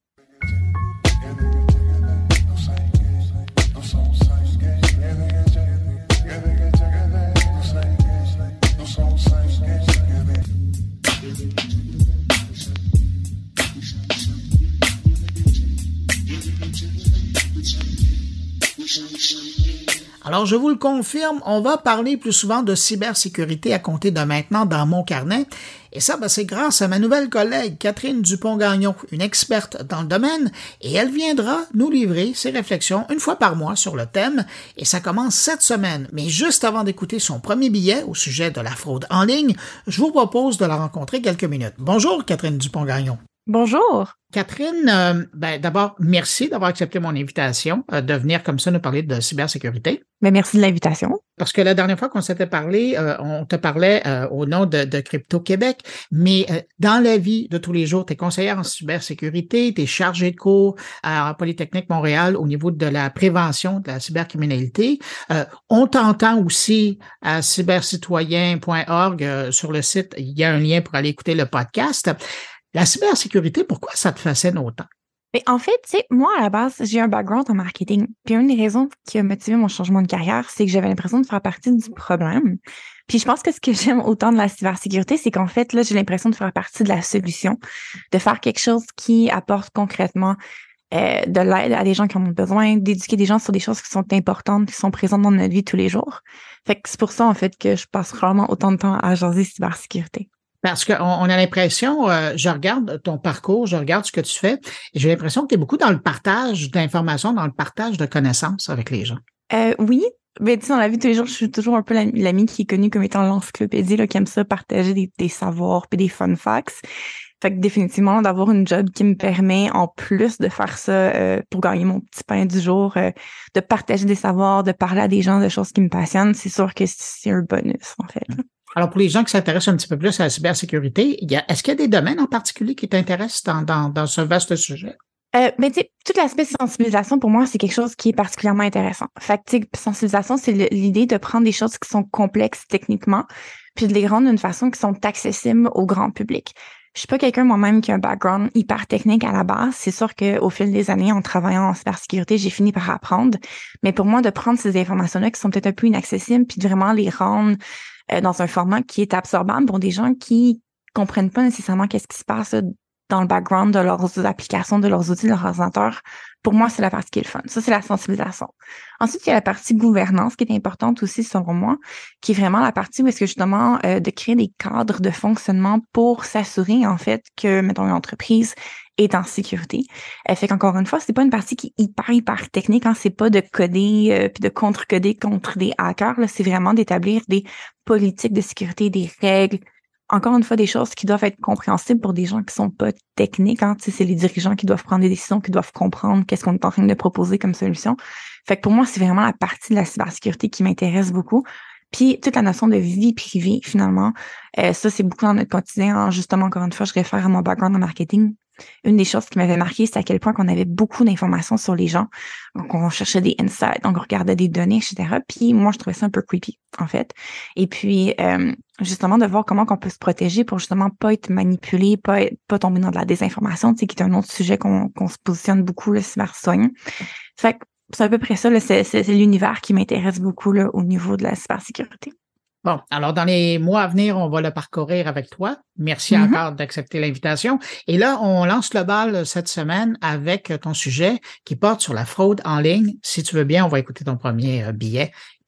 Alors, je vous le confirme, on va parler plus souvent de cybersécurité à compter de maintenant dans mon carnet. Et ça, ben, c'est grâce à ma nouvelle collègue Catherine Dupont-Gagnon, une experte dans le domaine, et elle viendra nous livrer ses réflexions une fois par mois sur le thème, et ça commence cette semaine. Mais juste avant d'écouter son premier billet au sujet de la fraude en ligne, je vous propose de la rencontrer quelques minutes. Bonjour, Catherine Dupont-Gagnon. Bonjour. Catherine, euh, ben, d'abord, merci d'avoir accepté mon invitation euh, de venir comme ça nous parler de cybersécurité. Ben, merci de l'invitation. Parce que la dernière fois qu'on s'était parlé, euh, on te parlait euh, au nom de, de Crypto Québec, mais euh, dans la vie de tous les jours, tu es conseillère en cybersécurité, tu es chargée de cours à Polytechnique Montréal au niveau de la prévention de la cybercriminalité. Euh, on t'entend aussi à cybercitoyen point org euh, sur le site, il y a un lien pour aller écouter le podcast. La cybersécurité, pourquoi ça te fascine autant? Mais en fait, tu sais, moi, à la base, j'ai un background en marketing. Puis une des raisons qui a motivé mon changement de carrière, c'est que j'avais l'impression de faire partie du problème. Puis je pense que ce que j'aime autant de la cybersécurité, c'est qu'en fait, là, j'ai l'impression de faire partie de la solution, de faire quelque chose qui apporte concrètement euh, de l'aide à des gens qui en ont besoin, d'éduquer des gens sur des choses qui sont importantes, qui sont présentes dans notre vie tous les jours. Fait que c'est pour ça, en fait, que je passe vraiment autant de temps à jaser cybersécurité. Parce qu'on on a l'impression, euh, je regarde ton parcours, je regarde ce que tu fais, et j'ai l'impression que tu es beaucoup dans le partage d'informations, dans le partage de connaissances avec les gens. Euh, oui, mais tu sais, dans la vie de tous les jours, je suis toujours un peu l'amie qui est connue comme étant l'encyclopédie, là, qui aime ça partager des, des savoirs puis des fun facts. Fait que définitivement, d'avoir une job qui me permet, en plus de faire ça euh, pour gagner mon petit pain du jour, euh, de partager des savoirs, de parler à des gens de choses qui me passionnent, c'est sûr que c'est un bonus, en fait. Mmh. Alors, pour les gens qui s'intéressent un petit peu plus à la cybersécurité, il y a, est-ce qu'il y a des domaines en particulier qui t'intéressent dans, dans, dans ce vaste sujet? Euh, mais tu sais, tout l'aspect sensibilisation, pour moi, c'est quelque chose qui est particulièrement intéressant. Fait que, tu sais, sensibilisation, c'est l'idée de prendre des choses qui sont complexes techniquement, puis de les rendre d'une façon qui sont accessibles au grand public. Je suis pas quelqu'un moi-même qui a un background hyper technique à la base. C'est sûr qu'au fil des années, en travaillant en cybersécurité, j'ai fini par apprendre. Mais pour moi, de prendre ces informations-là qui sont peut-être un peu inaccessibles, puis de vraiment les rendre euh, dans un format qui est absorbable pour des gens qui comprennent pas nécessairement qu'est-ce qui se passe là, dans le background de leurs applications, de leurs outils, de leurs ordinateurs. Pour moi, c'est la partie qui est le fun. Ça, c'est la sensibilisation. Ensuite, il y a la partie gouvernance qui est importante aussi, selon moi, qui est vraiment la partie où est-ce que justement euh, de créer des cadres de fonctionnement pour s'assurer, en fait, que, mettons, une entreprise est en sécurité. Euh, fait qu'encore une fois, c'est pas une partie qui est hyper, hyper technique, hein. C'est pas de coder euh, puis de contre-coder contre des hackers, là. C'est vraiment d'établir des politiques de sécurité, des règles, encore une fois, des choses qui doivent être compréhensibles pour des gens qui sont pas techniques. Hein. Tu sais, c'est les dirigeants qui doivent prendre des décisions, qui doivent comprendre qu'est-ce qu'on est en train de proposer comme solution. Fait que pour moi, c'est vraiment la partie de la cybersécurité qui m'intéresse beaucoup. Puis toute la notion de vie privée, finalement, euh, ça, c'est beaucoup dans notre quotidien. Hein. Justement, encore une fois, je réfère à mon background en marketing. Une des choses qui m'avait marqué, c'est à quel point qu'on avait beaucoup d'informations sur les gens. Donc, on cherchait des insights, donc on regardait des données, et cetera. Puis moi, je trouvais ça un peu creepy, en fait. Et puis, euh, justement, de voir comment on peut se protéger pour justement pas être manipulé, pas être, pas tomber dans de la désinformation, tu sais, qui est un autre sujet qu'on qu'on se positionne beaucoup, le cybersoin. Fait que c'est à peu près ça, là, c'est, c'est, c'est l'univers qui m'intéresse beaucoup là, au niveau de la cybersécurité. Bon, alors dans les mois à venir, on va le parcourir avec toi. Merci mm-hmm. encore d'accepter l'invitation. Et là, on lance le bal cette semaine avec ton sujet qui porte sur la fraude en ligne. Si tu veux bien, on va écouter ton premier billet.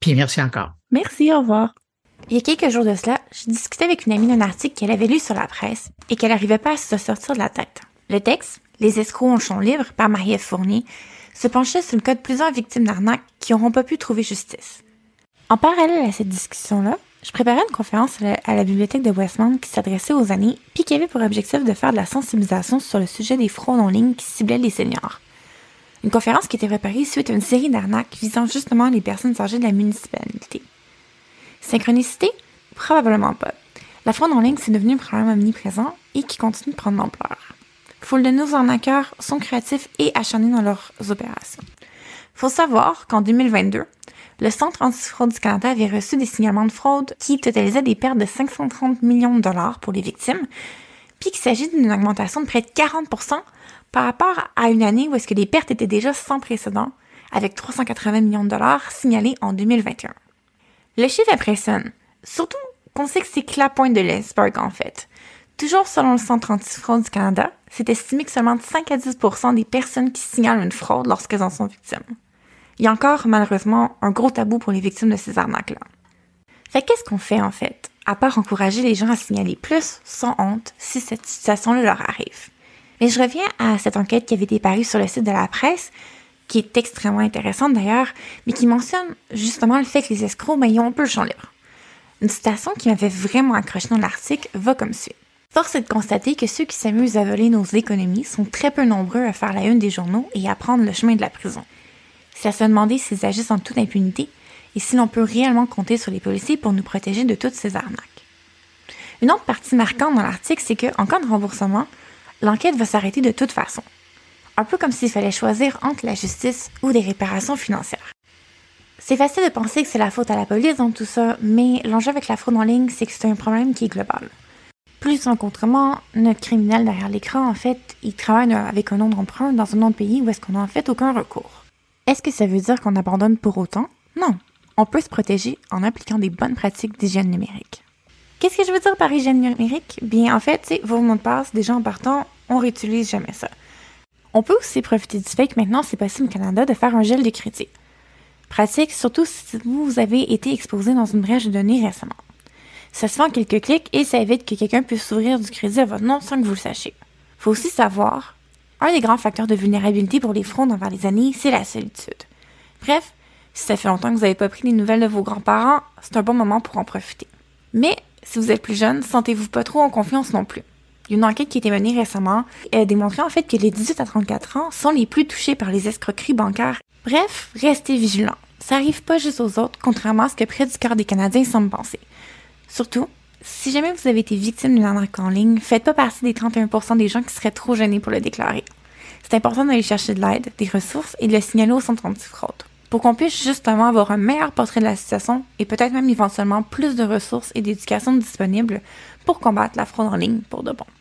Puis merci encore. Merci, au revoir. Il y a quelques jours de cela, je discutais avec une amie d'un article qu'elle avait lu sur la presse et qu'elle n'arrivait pas à se sortir de la tête. Le texte, Les escrocs en champ libre, par Marie-Ève Fournier, se penchait sur le cas de plusieurs victimes d'arnaques qui n'auront pas pu trouver justice. En parallèle à cette discussion-là, je préparais une conférence à la, à la bibliothèque de Westmount qui s'adressait aux aînés puis qui avait pour objectif de faire de la sensibilisation sur le sujet des fraudes en ligne qui ciblaient les seniors. Une conférence qui était préparée suite à une série d'arnaques visant justement les personnes âgées de la municipalité. Synchronicité? Probablement pas. La fraude en ligne, c'est devenu un problème omniprésent et qui continue de prendre de l'ampleur. Foule de nos arnaqueurs sont créatifs et acharnés dans leurs opérations. Faut savoir qu'en deux mille vingt-deux, le Centre antifraude du Canada avait reçu des signalements de fraude qui totalisaient des pertes de cinq cent trente millions de dollars pour les victimes, puis qu'il s'agit d'une augmentation de près de quarante pour cent par rapport à une année où est-ce que les pertes étaient déjà sans précédent, avec trois cent quatre-vingts millions de dollars signalés en deux mille vingt et un. Le chiffre impressionne, surtout qu'on sait que c'est que la pointe de l'iceberg en fait. Toujours selon le Centre antifraude du Canada, c'est estimé que seulement cinq à dix pour cent des personnes qui signalent une fraude lorsqu'elles en sont victimes. Il y a encore, malheureusement, un gros tabou pour les victimes de ces arnaques-là. Fait qu'est-ce qu'on fait, en fait, à part encourager les gens à signaler plus, sans honte, si cette situation-là leur arrive? Mais je reviens à cette enquête qui avait été parue sur le site de la presse, qui est extrêmement intéressante d'ailleurs, mais qui mentionne justement le fait que les escrocs, ben, ils ont un peu le champ libre. Une citation qui m'avait vraiment accroché dans l'article va comme suit. Force est de constater que ceux qui s'amusent à voler nos économies sont très peu nombreux à faire la une des journaux et à prendre le chemin de la prison. C'est à se demander s'ils agissent en toute impunité et si l'on peut réellement compter sur les policiers pour nous protéger de toutes ces arnaques. Une autre partie marquante dans l'article, c'est qu'en cas de remboursement, l'enquête va s'arrêter de toute façon. Un peu comme s'il fallait choisir entre la justice ou des réparations financières. C'est facile de penser que c'est la faute à la police dans tout ça, mais l'enjeu avec la fraude en ligne, c'est que c'est un problème qui est global. Plus qu'autrement, notre criminel derrière l'écran, en fait, il travaille avec un nom d'emprunt dans un autre pays où est-ce qu'on n'a en fait aucun recours. Est-ce que ça veut dire qu'on abandonne pour autant? Non. On peut se protéger en appliquant des bonnes pratiques d'hygiène numérique. Qu'est-ce que je veux dire par hygiène numérique? Bien, en fait, c'est vos mots de passe, déjà en partant, on réutilise jamais ça. On peut aussi profiter du fait que maintenant, c'est possible au Canada de faire un gel de crédit. Pratique, surtout si vous avez été exposé dans une brèche de données récemment. Ça se fait en quelques clics et ça évite que quelqu'un puisse s'ouvrir du crédit à votre nom sans que vous le sachiez. Faut aussi savoir, un des grands facteurs de vulnérabilité pour les fraudes envers les aînés, c'est la solitude. Bref, si ça fait longtemps que vous n'avez pas pris des nouvelles de vos grands-parents, c'est un bon moment pour en profiter. Mais si vous êtes plus jeune, sentez-vous pas trop en confiance non plus. Il y a une enquête qui a été menée récemment et a démontré en fait que les dix-huit à trente-quatre ans sont les plus touchés par les escroqueries bancaires. Bref, restez vigilants. Ça arrive pas juste aux autres, contrairement à ce que près du quart des Canadiens semblent penser. Surtout, si jamais vous avez été victime d'une arnaque en ligne, faites pas partie des trente et un pour cent des gens qui seraient trop gênés pour le déclarer. C'est important d'aller chercher de l'aide, des ressources et de le signaler au centre antifraude, pour qu'on puisse justement avoir un meilleur portrait de la situation et peut-être même éventuellement plus de ressources et d'éducation disponibles pour combattre la fraude en ligne pour de bon.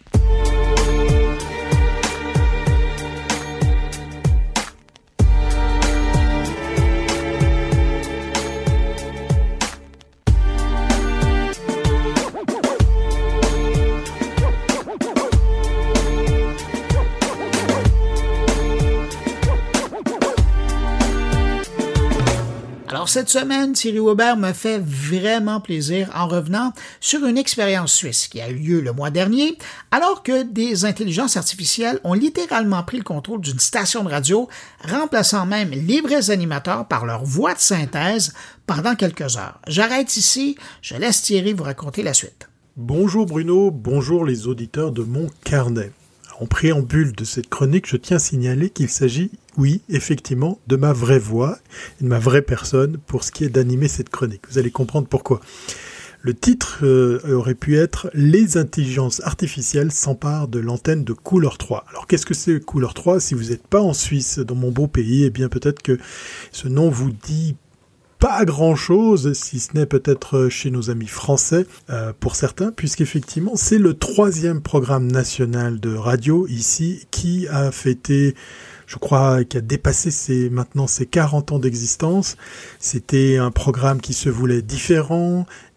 Alors, cette semaine, Thierry Weber me fait vraiment plaisir en revenant sur une expérience suisse qui a eu lieu le mois dernier, alors que des intelligences artificielles ont littéralement pris le contrôle d'une station de radio, remplaçant même les vrais animateurs par leur voix de synthèse pendant quelques heures. J'arrête ici, je laisse Thierry vous raconter la suite. Bonjour Bruno, bonjour les auditeurs de mon carnet. En préambule de cette chronique, je tiens à signaler qu'il s'agit, oui, effectivement, de ma vraie voix et de ma vraie personne pour ce qui est d'animer cette chronique. Vous allez comprendre pourquoi. Le titre euh, aurait pu être « Les intelligences artificielles s'emparent de l'antenne de Couleur trois ». Alors, qu'est-ce que c'est Couleur trois? Si vous n'êtes pas en Suisse, dans mon beau pays, eh bien, peut-être que ce nom vous dit pas grand-chose, si ce n'est peut-être chez nos amis français, euh, pour certains, puisqu'effectivement, c'est le troisième programme national de radio ici qui a fêté, je crois, qui a dépassé ses, maintenant ses quarante ans d'existence. C'était un programme qui se voulait différent,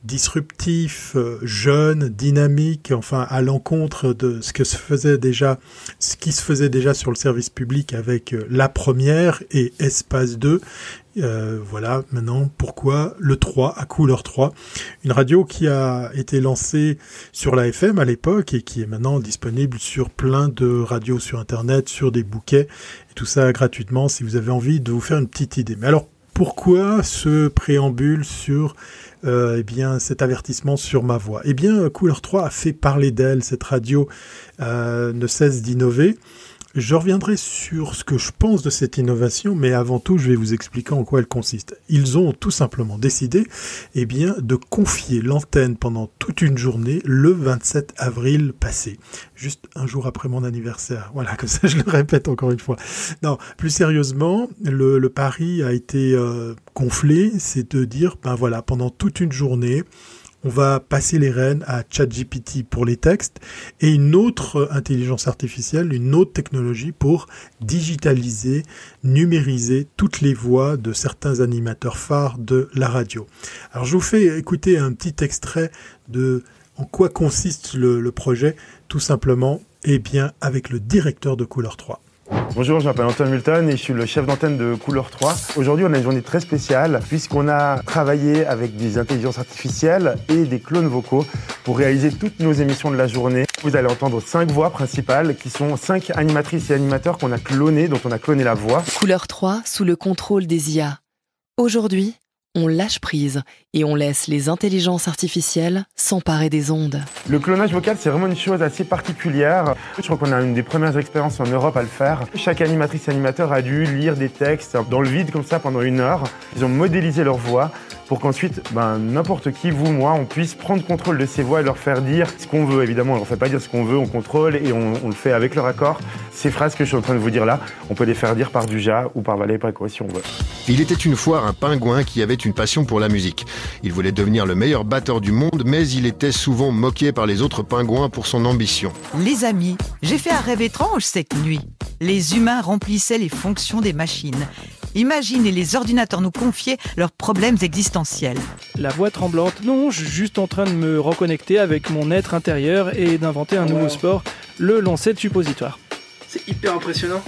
disruptif, euh, jeune, dynamique, enfin à l'encontre de ce que se faisait déjà, ce qui se faisait déjà sur le service public avec euh, La Première et Espace deux. Euh, voilà, maintenant, pourquoi le trois, à couleur trois, une radio qui a été lancée sur la F M à l'époque et qui est maintenant disponible sur plein de radios sur Internet, sur des bouquets, et tout ça gratuitement si vous avez envie de vous faire une petite idée. Mais alors, pourquoi ce préambule sur euh, eh bien, cet avertissement sur ma voix ? Eh bien, Couleur trois a fait parler d'elle, cette radio euh, ne cesse d'innover. Je reviendrai sur ce que je pense de cette innovation, mais avant tout, je vais vous expliquer en quoi elle consiste. Ils ont tout simplement décidé, eh bien, de confier l'antenne pendant toute une journée le vingt-sept avril passé. Juste un jour après mon anniversaire. Voilà, comme ça, je le répète encore une fois. Non, plus sérieusement, le, le pari a été euh, gonflé, c'est de dire, ben voilà, pendant toute une journée, on va passer les rênes à ChatGPT pour les textes et une autre intelligence artificielle, une autre technologie pour digitaliser, numériser toutes les voix de certains animateurs phares de la radio. Alors je vous fais écouter un petit extrait de en quoi consiste le, le projet, tout simplement, eh bien avec le directeur de Couleur trois. Bonjour, je m'appelle Antoine Multon et je suis le chef d'antenne de Couleur trois. Aujourd'hui, on a une journée très spéciale puisqu'on a travaillé avec des intelligences artificielles et des clones vocaux pour réaliser toutes nos émissions de la journée. Vous allez entendre cinq voix principales qui sont cinq animatrices et animateurs qu'on a clonés, dont on a cloné la voix. Couleur trois sous le contrôle des I A. Aujourd'hui, on lâche prise et on laisse les intelligences artificielles s'emparer des ondes. Le clonage vocal, c'est vraiment une chose assez particulière. Je crois qu'on a une des premières expériences en Europe à le faire. Chaque animatrice et animateur a dû lire des textes dans le vide comme ça pendant une heure. Ils ont modélisé leur voix pour qu'ensuite, ben, n'importe qui, vous, moi, on puisse prendre contrôle de ces voix et leur faire dire ce qu'on veut. Évidemment, on ne leur fait pas dire ce qu'on veut, on contrôle et on, on le fait avec leur accord. Ces phrases que je suis en train de vous dire là, on peut les faire dire par Duja ou par Valet Préco si on veut. Il était une fois un pingouin qui avait une passion pour la musique. Il voulait devenir le meilleur batteur du monde, mais il était souvent moqué par les autres pingouins pour son ambition. Les amis, j'ai fait un rêve étrange cette nuit. Les humains remplissaient les fonctions des machines. Imaginez les ordinateurs nous confier leurs problèmes existentiels. La voix tremblante, non, je suis juste en train de me reconnecter avec mon être intérieur et d'inventer un nouveau sport, le lancer de suppositoire. C'est hyper impressionnant.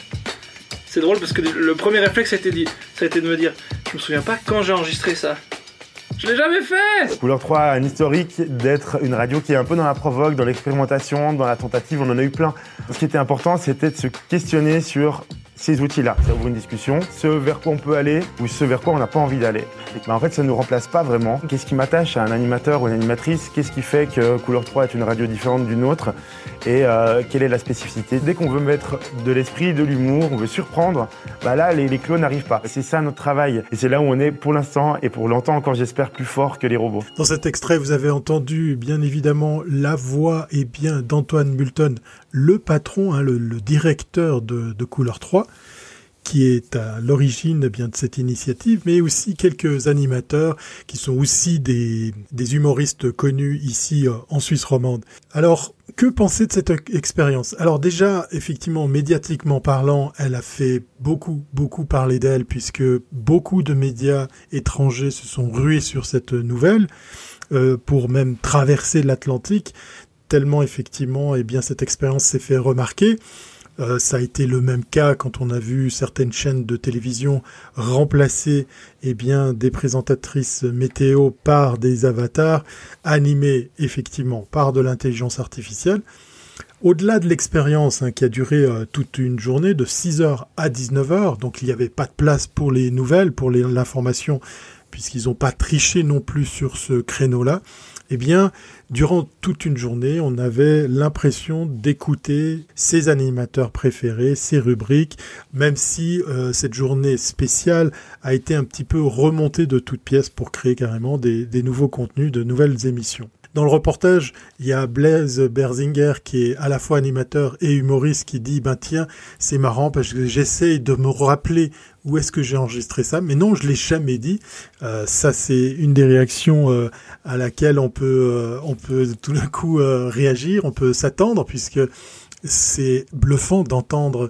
C'est drôle parce que le premier réflexe ça a été, dit, ça a été de me dire, je me souviens pas quand j'ai enregistré ça. Je l'ai jamais fait! Couleur trois a un historique d'être une radio qui est un peu dans la provoque, dans l'expérimentation, dans la tentative, on en a eu plein. Ce qui était important, c'était de se questionner sur ces outils-là. Ça ouvre une discussion, ce vers quoi on peut aller ou ce vers quoi on n'a pas envie d'aller. Mais en fait, ça ne nous remplace pas vraiment. Qu'est-ce qui m'attache à un animateur ou une animatrice? Qu'est-ce qui fait que Couleur trois est une radio différente d'une autre? Et euh, quelle est la spécificité? Dès qu'on veut mettre de l'esprit, de l'humour, on veut surprendre, bah là, les, les clones n'arrivent pas. C'est ça notre travail. Et c'est là où on est pour l'instant et pour longtemps, encore j'espère, plus fort que les robots. Dans cet extrait, vous avez entendu, bien évidemment, la voix et bien d'Antoine Multon, le patron, hein, le, le directeur de, de Couleur trois, qui est à l'origine eh bien de cette initiative, mais aussi quelques animateurs qui sont aussi des, des humoristes connus ici euh, en Suisse romande. Alors, que penser de cette expérience? Alors déjà, effectivement, médiatiquement parlant, elle a fait beaucoup, beaucoup parler d'elle, puisque beaucoup de médias étrangers se sont rués sur cette nouvelle, euh, pour même traverser l'Atlantique, tellement effectivement, eh bien, cette expérience s'est fait remarquer. Euh, ça a été le même cas quand on a vu certaines chaînes de télévision remplacer eh bien, des présentatrices météo par des avatars animés effectivement par de l'intelligence artificielle. Au-delà de l'expérience hein, qui a duré euh, toute une journée de six heures à dix-neuf heures, donc il n'y avait pas de place pour les nouvelles, pour les, l'information, puisqu'ils n'ont pas triché non plus sur ce créneau-là, eh bien, durant toute une journée, on avait l'impression d'écouter ses animateurs préférés, ses rubriques, même si euh, cette journée spéciale a été un petit peu remontée de toutes pièces pour créer carrément des, des nouveaux contenus, de nouvelles émissions. Dans le reportage, il y a Blaise Berzinger qui est à la fois animateur et humoriste qui dit ben tiens, c'est marrant parce que j'essaye de me rappeler où est-ce que j'ai enregistré ça, mais non, je l'ai jamais dit. Euh, ça, c'est une des réactions euh, à laquelle on peut, euh, on peut tout d'un coup euh, réagir, on peut s'attendre, puisque c'est bluffant d'entendre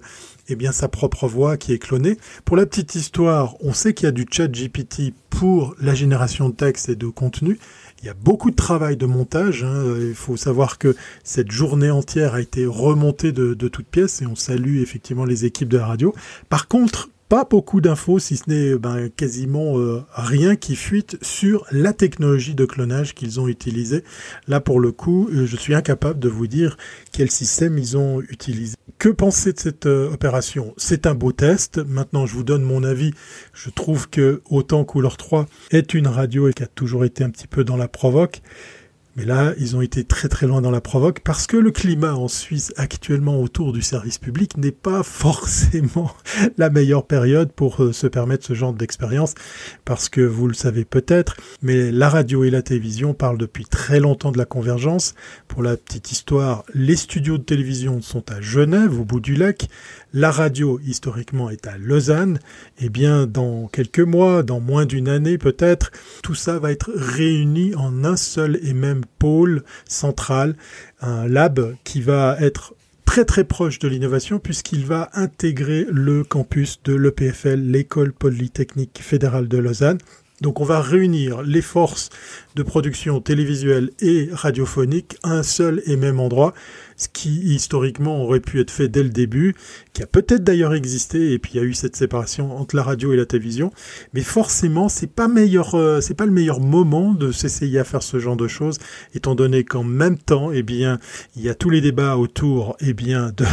eh bien sa propre voix qui est clonée. Pour la petite histoire, on sait qu'il y a du chat G P T pour la génération de texte et de contenu. Il y a beaucoup de travail de montage. Hein. Il faut savoir que cette journée entière a été remontée de, de toutes pièces et on salue effectivement les équipes de la radio. Par contre, pas beaucoup d'infos, si ce n'est ben, quasiment euh, rien qui fuite sur la technologie de clonage qu'ils ont utilisée. Là, pour le coup, euh, je suis incapable de vous dire quel système ils ont utilisé. Que penser de cette euh, opération ? C'est un beau test. Maintenant, je vous donne mon avis. Je trouve que autant Couleur trois est une radio et qui a toujours été un petit peu dans la provoque, mais là, ils ont été très très loin dans la provoque parce que le climat en Suisse actuellement autour du service public n'est pas forcément la meilleure période pour euh, se permettre ce genre d'expérience parce que vous le savez peut-être, mais la radio et la télévision parlent depuis très longtemps de la convergence. Pour la petite histoire, les studios de télévision sont à Genève, au bout du lac. La radio, historiquement, est à Lausanne. Eh bien, dans quelques mois, dans moins d'une année peut-être, tout ça va être réuni en un seul et même pôle central, un lab qui va être très très proche de l'innovation puisqu'il va intégrer le campus de l'E P F L, l'École Polytechnique Fédérale de Lausanne. Donc on va réunir les forces de production télévisuelle et radiophonique à un seul et même endroit, ce qui historiquement aurait pu être fait dès le début, qui a peut-être d'ailleurs existé, et puis il y a eu cette séparation entre la radio et la télévision, mais forcément c'est pas meilleur, euh, c'est pas le meilleur moment de s'essayer à faire ce genre de choses, étant donné qu'en même temps, eh bien, il y a tous les débats autour, eh bien, de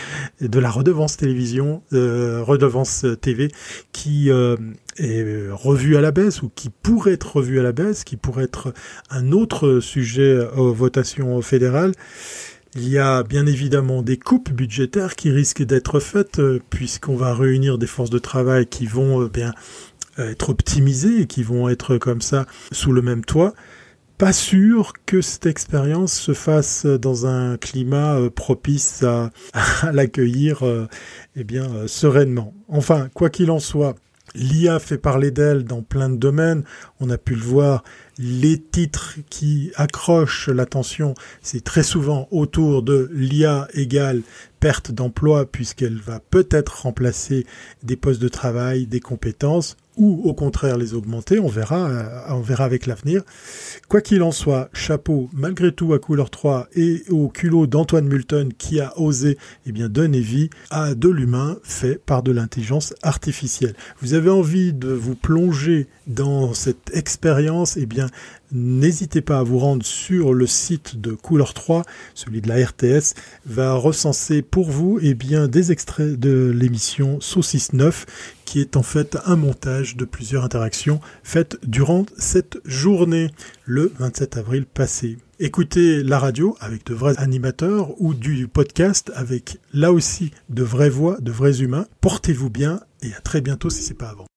de la redevance télévision, euh, redevance T V, qui euh, est revue à la baisse ou qui pourrait être revue à la baisse, qui pourrait être un autre sujet aux votations fédérales. Il y a bien évidemment des coupes budgétaires qui risquent d'être faites euh, puisqu'on va réunir des forces de travail qui vont euh, bien être optimisées et qui vont être comme ça sous le même toit. Pas sûr que cette expérience se fasse dans un climat euh, propice à, à l'accueillir euh, eh bien euh, sereinement. Enfin, quoi qu'il en soit, l'I A fait parler d'elle dans plein de domaines. On a pu le voir, les titres qui accrochent l'attention, c'est très souvent autour de l'I A égale perte d'emploi, puisqu'elle va peut-être remplacer des postes de travail, des compétences, ou au contraire les augmenter. On verra, euh, on verra avec l'avenir. Quoi qu'il en soit, chapeau malgré tout à Couleur trois et au culot d'Antoine Multon qui a osé eh bien, donner vie à de l'humain fait par de l'intelligence artificielle. Vous avez envie de vous plonger dans cette expérience, eh bien, n'hésitez pas à vous rendre sur le site de Couleur trois, celui de la R T S, va recenser pour vous eh bien, des extraits de l'émission Saucisse neuf, qui est en fait un montage de plusieurs interactions faites durant cette journée, le vingt-sept avril passé. Écoutez la radio avec de vrais animateurs ou du podcast avec là aussi de vraies voix, de vrais humains. Portez-vous bien et à très bientôt si c'est pas avant.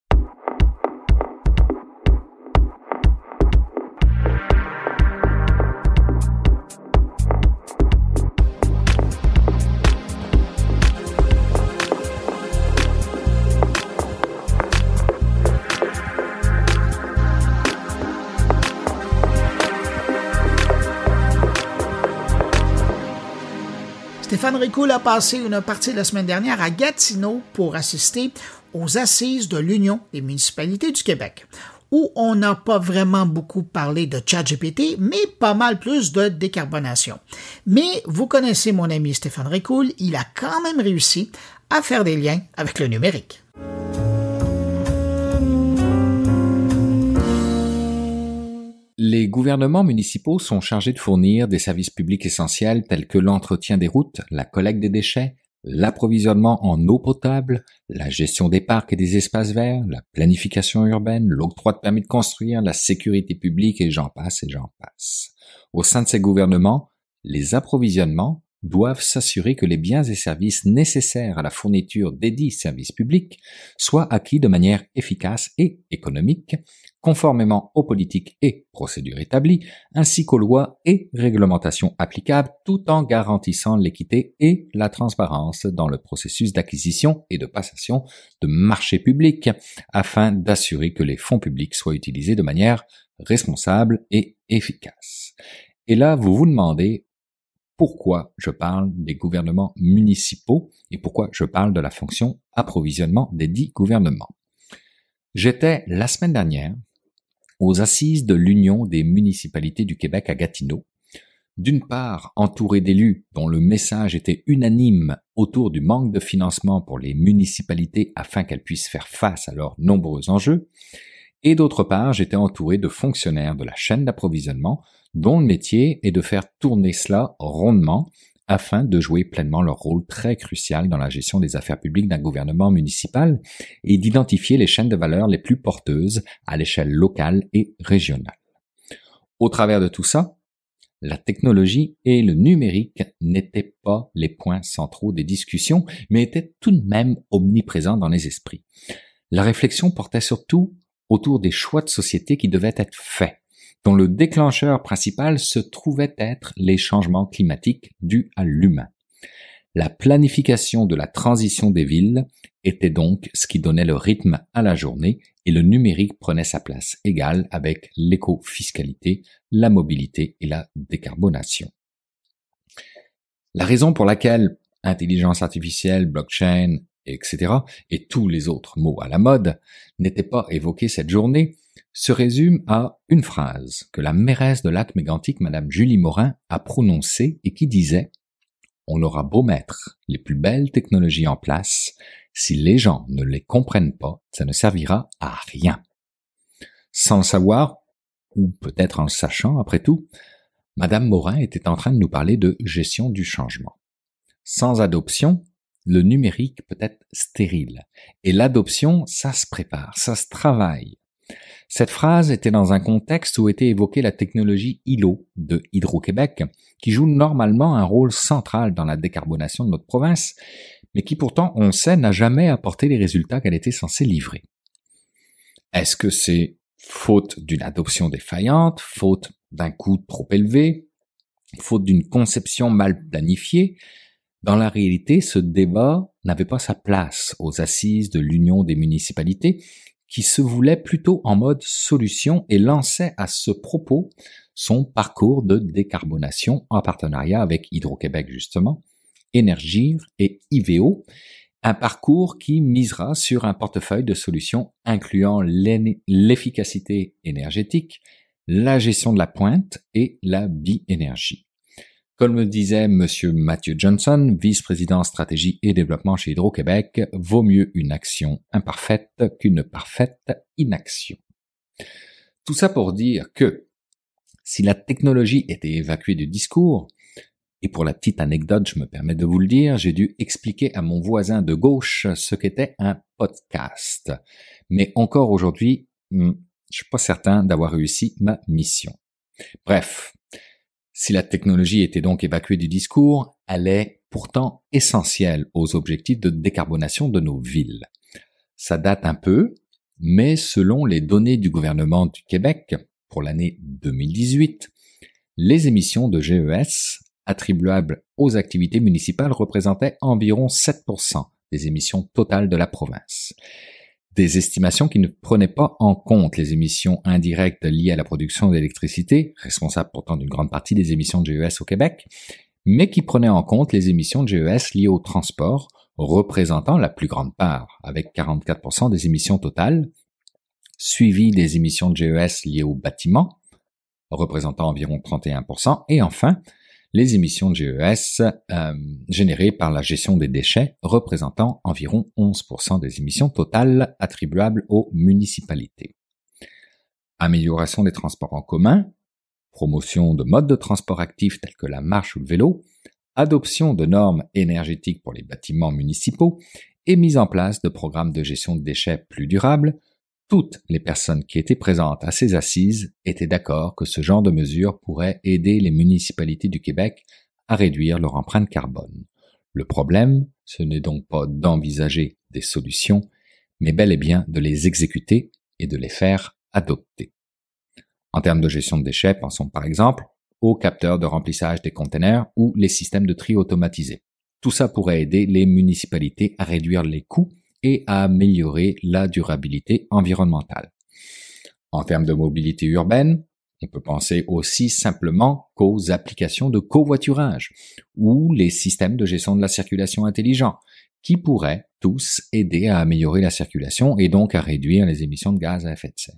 Stéphane Ricoul a passé une partie de la semaine dernière à Gatineau pour assister aux assises de l'Union des municipalités du Québec, où on n'a pas vraiment beaucoup parlé de ChatGPT, mais pas mal plus de décarbonation. Mais vous connaissez mon ami Stéphane Ricoul, il a quand même réussi à faire des liens avec le numérique. Les gouvernements municipaux sont chargés de fournir des services publics essentiels tels que l'entretien des routes, la collecte des déchets, l'approvisionnement en eau potable, la gestion des parcs et des espaces verts, la planification urbaine, l'octroi de permis de construire, la sécurité publique et j'en passe et j'en passe. Au sein de ces gouvernements, les approvisionnements doivent s'assurer que les biens et services nécessaires à la fourniture des dits services publics soient acquis de manière efficace et économique, conformément aux politiques et procédures établies, ainsi qu'aux lois et réglementations applicables, tout en garantissant l'équité et la transparence dans le processus d'acquisition et de passation de marchés publics, afin d'assurer que les fonds publics soient utilisés de manière responsable et efficace. Et là, vous vous demandez pourquoi je parle des gouvernements municipaux et pourquoi je parle de la fonction approvisionnement des dits gouvernements. J'étais la semaine dernière aux assises de l'Union des municipalités du Québec à Gatineau, d'une part entouré d'élus dont le message était unanime autour du manque de financement pour les municipalités afin qu'elles puissent faire face à leurs nombreux enjeux, et d'autre part j'étais entouré de fonctionnaires de la chaîne d'approvisionnement dont le métier est de faire tourner cela rondement afin de jouer pleinement leur rôle très crucial dans la gestion des affaires publiques d'un gouvernement municipal et d'identifier les chaînes de valeur les plus porteuses à l'échelle locale et régionale. Au travers de tout ça, la technologie et le numérique n'étaient pas les points centraux des discussions, mais étaient tout de même omniprésents dans les esprits. La réflexion portait surtout autour des choix de société qui devaient être faits, dont le déclencheur principal se trouvait être les changements climatiques dus à l'humain. La planification de la transition des villes était donc ce qui donnait le rythme à la journée et le numérique prenait sa place égale avec l'éco-fiscalité, la mobilité et la décarbonation. La raison pour laquelle intelligence artificielle, blockchain, et cetera, et tous les autres mots à la mode, n'étaient pas évoqués cette journée, se résume à une phrase que la mairesse de Lac-Mégantic, Madame Julie Morin, a prononcée et qui disait « On aura beau mettre les plus belles technologies en place, si les gens ne les comprennent pas, ça ne servira à rien. » Sans le savoir, ou peut-être en le sachant après tout, Madame Morin était en train de nous parler de gestion du changement. Sans adoption, le numérique peut être stérile. Et l'adoption, ça se prépare, ça se travaille. Cette phrase était dans un contexte où était évoquée la technologie I L O de Hydro-Québec, qui joue normalement un rôle central dans la décarbonation de notre province, mais qui pourtant, on sait, n'a jamais apporté les résultats qu'elle était censée livrer. Est-ce que c'est faute d'une adoption défaillante, faute d'un coût trop élevé, faute d'une conception mal planifiée? Dans la réalité, ce débat n'avait pas sa place aux assises de l'Union des municipalités, qui se voulait plutôt en mode solution et lançait à ce propos son parcours de décarbonation en partenariat avec Hydro-Québec justement, Énergir et I V O, un parcours qui misera sur un portefeuille de solutions incluant l'efficacité énergétique, la gestion de la pointe et la bi-énergie. Comme le disait Monsieur Matthew Johnson, vice-président stratégie et développement chez Hydro-Québec, vaut mieux une action imparfaite qu'une parfaite inaction. Tout ça pour dire que si la technologie était évacuée du discours, et pour la petite anecdote, je me permets de vous le dire, j'ai dû expliquer à mon voisin de gauche ce qu'était un podcast. Mais encore aujourd'hui, je suis pas certain d'avoir réussi ma mission. Bref. Si la technologie était donc évacuée du discours, elle est pourtant essentielle aux objectifs de décarbonation de nos villes. Ça date un peu, mais selon les données du gouvernement du Québec pour l'année deux mille dix-huit, les émissions de G E S attribuables aux activités municipales représentaient environ sept pour cent des émissions totales de la province. Des estimations qui ne prenaient pas en compte les émissions indirectes liées à la production d'électricité, responsables pourtant d'une grande partie des émissions de G E S au Québec, mais qui prenaient en compte les émissions de G E S liées au transport, représentant la plus grande part, avec quarante-quatre pour cent des émissions totales, suivi des émissions de G E S liées au bâtiment, représentant environ trente et un pour cent, et enfin, les émissions de G E S euh, générées par la gestion des déchets, représentant environ onze pour cent des émissions totales attribuables aux municipalités. Amélioration des transports en commun, promotion de modes de transport actifs tels que la marche ou le vélo, adoption de normes énergétiques pour les bâtiments municipaux et mise en place de programmes de gestion de déchets plus durables. Toutes les personnes qui étaient présentes à ces assises étaient d'accord que ce genre de mesures pourrait aider les municipalités du Québec à réduire leur empreinte carbone. Le problème, ce n'est donc pas d'envisager des solutions, mais bel et bien de les exécuter et de les faire adopter. En termes de gestion de déchets, pensons par exemple aux capteurs de remplissage des containers ou les systèmes de tri automatisés. Tout ça pourrait aider les municipalités à réduire les coûts et à améliorer la durabilité environnementale. En termes de mobilité urbaine, On peut penser aussi simplement qu'aux applications de covoiturage ou les systèmes de gestion de la circulation intelligents, qui pourraient tous aider à améliorer la circulation et donc à réduire les émissions de gaz à effet de serre.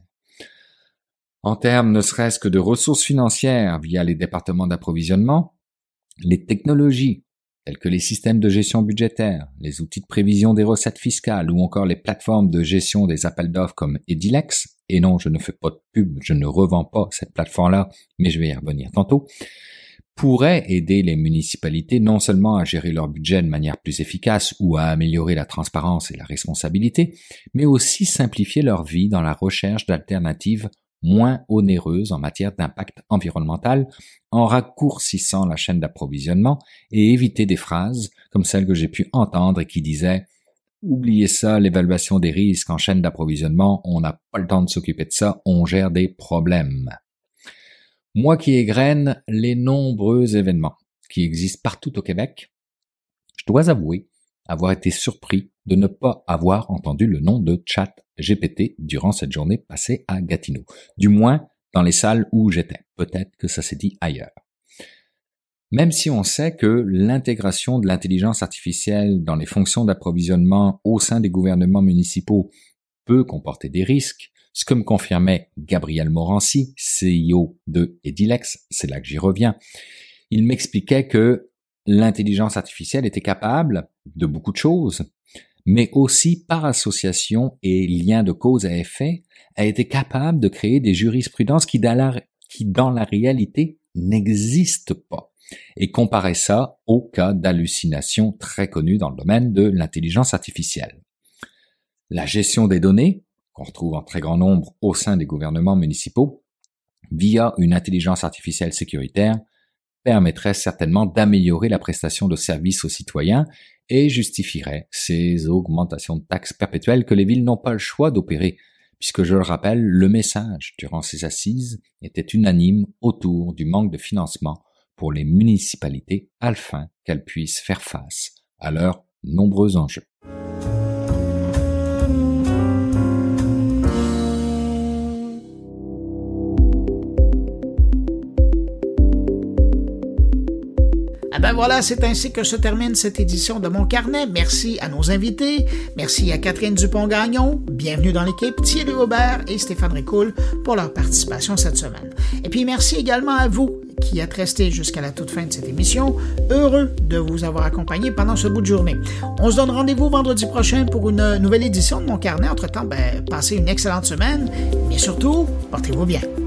En termes ne serait-ce que de ressources financières via les départements d'approvisionnement, les technologies telles que les systèmes de gestion budgétaire, les outils de prévision des recettes fiscales ou encore les plateformes de gestion des appels d'offres comme Edilex, et non, je ne fais pas de pub, je ne revends pas cette plateforme-là, mais je vais y revenir tantôt, pourraient aider les municipalités non seulement à gérer leur budget de manière plus efficace ou à améliorer la transparence et la responsabilité, mais aussi simplifier leur vie dans la recherche d'alternatives moins onéreuses en matière d'impact environnemental en raccourcissant la chaîne d'approvisionnement et éviter des phrases comme celle que j'ai pu entendre et qui disait « Oubliez ça, l'évaluation des risques en chaîne d'approvisionnement, on n'a pas le temps de s'occuper de ça, on gère des problèmes. » Moi qui égrène les nombreux événements qui existent partout au Québec, je dois avouer avoir été surpris de ne pas avoir entendu le nom de ChatGPT durant cette journée passée à Gatineau. Du moins, dans les salles où j'étais. Peut-être que ça s'est dit ailleurs. Même si on sait que l'intégration de l'intelligence artificielle dans les fonctions d'approvisionnement au sein des gouvernements municipaux peut comporter des risques, ce que me confirmait Gabriel Morancy, C E O de Edilex, c'est là que j'y reviens. Il m'expliquait que l'intelligence artificielle était capable de beaucoup de choses, mais aussi par association et lien de cause à effet, a été capable de créer des jurisprudences qui dans la, qui dans la réalité n'existent pas, et comparer ça au cas d'hallucination très connu dans le domaine de l'intelligence artificielle. La gestion des données, qu'on retrouve en très grand nombre au sein des gouvernements municipaux, via une intelligence artificielle sécuritaire, permettrait certainement d'améliorer la prestation de services aux citoyens et justifierait ces augmentations de taxes perpétuelles que les villes n'ont pas le choix d'opérer, puisque je le rappelle, le message durant ces assises était unanime autour du manque de financement pour les municipalités afin qu'elles puissent faire face à leurs nombreux enjeux. Ah ben voilà, c'est ainsi que se termine cette édition de Mon Carnet. Merci à nos invités. Merci à Catherine Dupont-Gagnon. Bienvenue dans l'équipe. Thierry Aubert et Stéphane Ricoul pour leur participation cette semaine. Et puis merci également à vous qui êtes restés jusqu'à la toute fin de cette émission. Heureux de vous avoir accompagné pendant ce bout de journée. On se donne rendez-vous vendredi prochain pour une nouvelle édition de Mon Carnet. Entre-temps, ben, passez une excellente semaine. Mais surtout, portez-vous bien.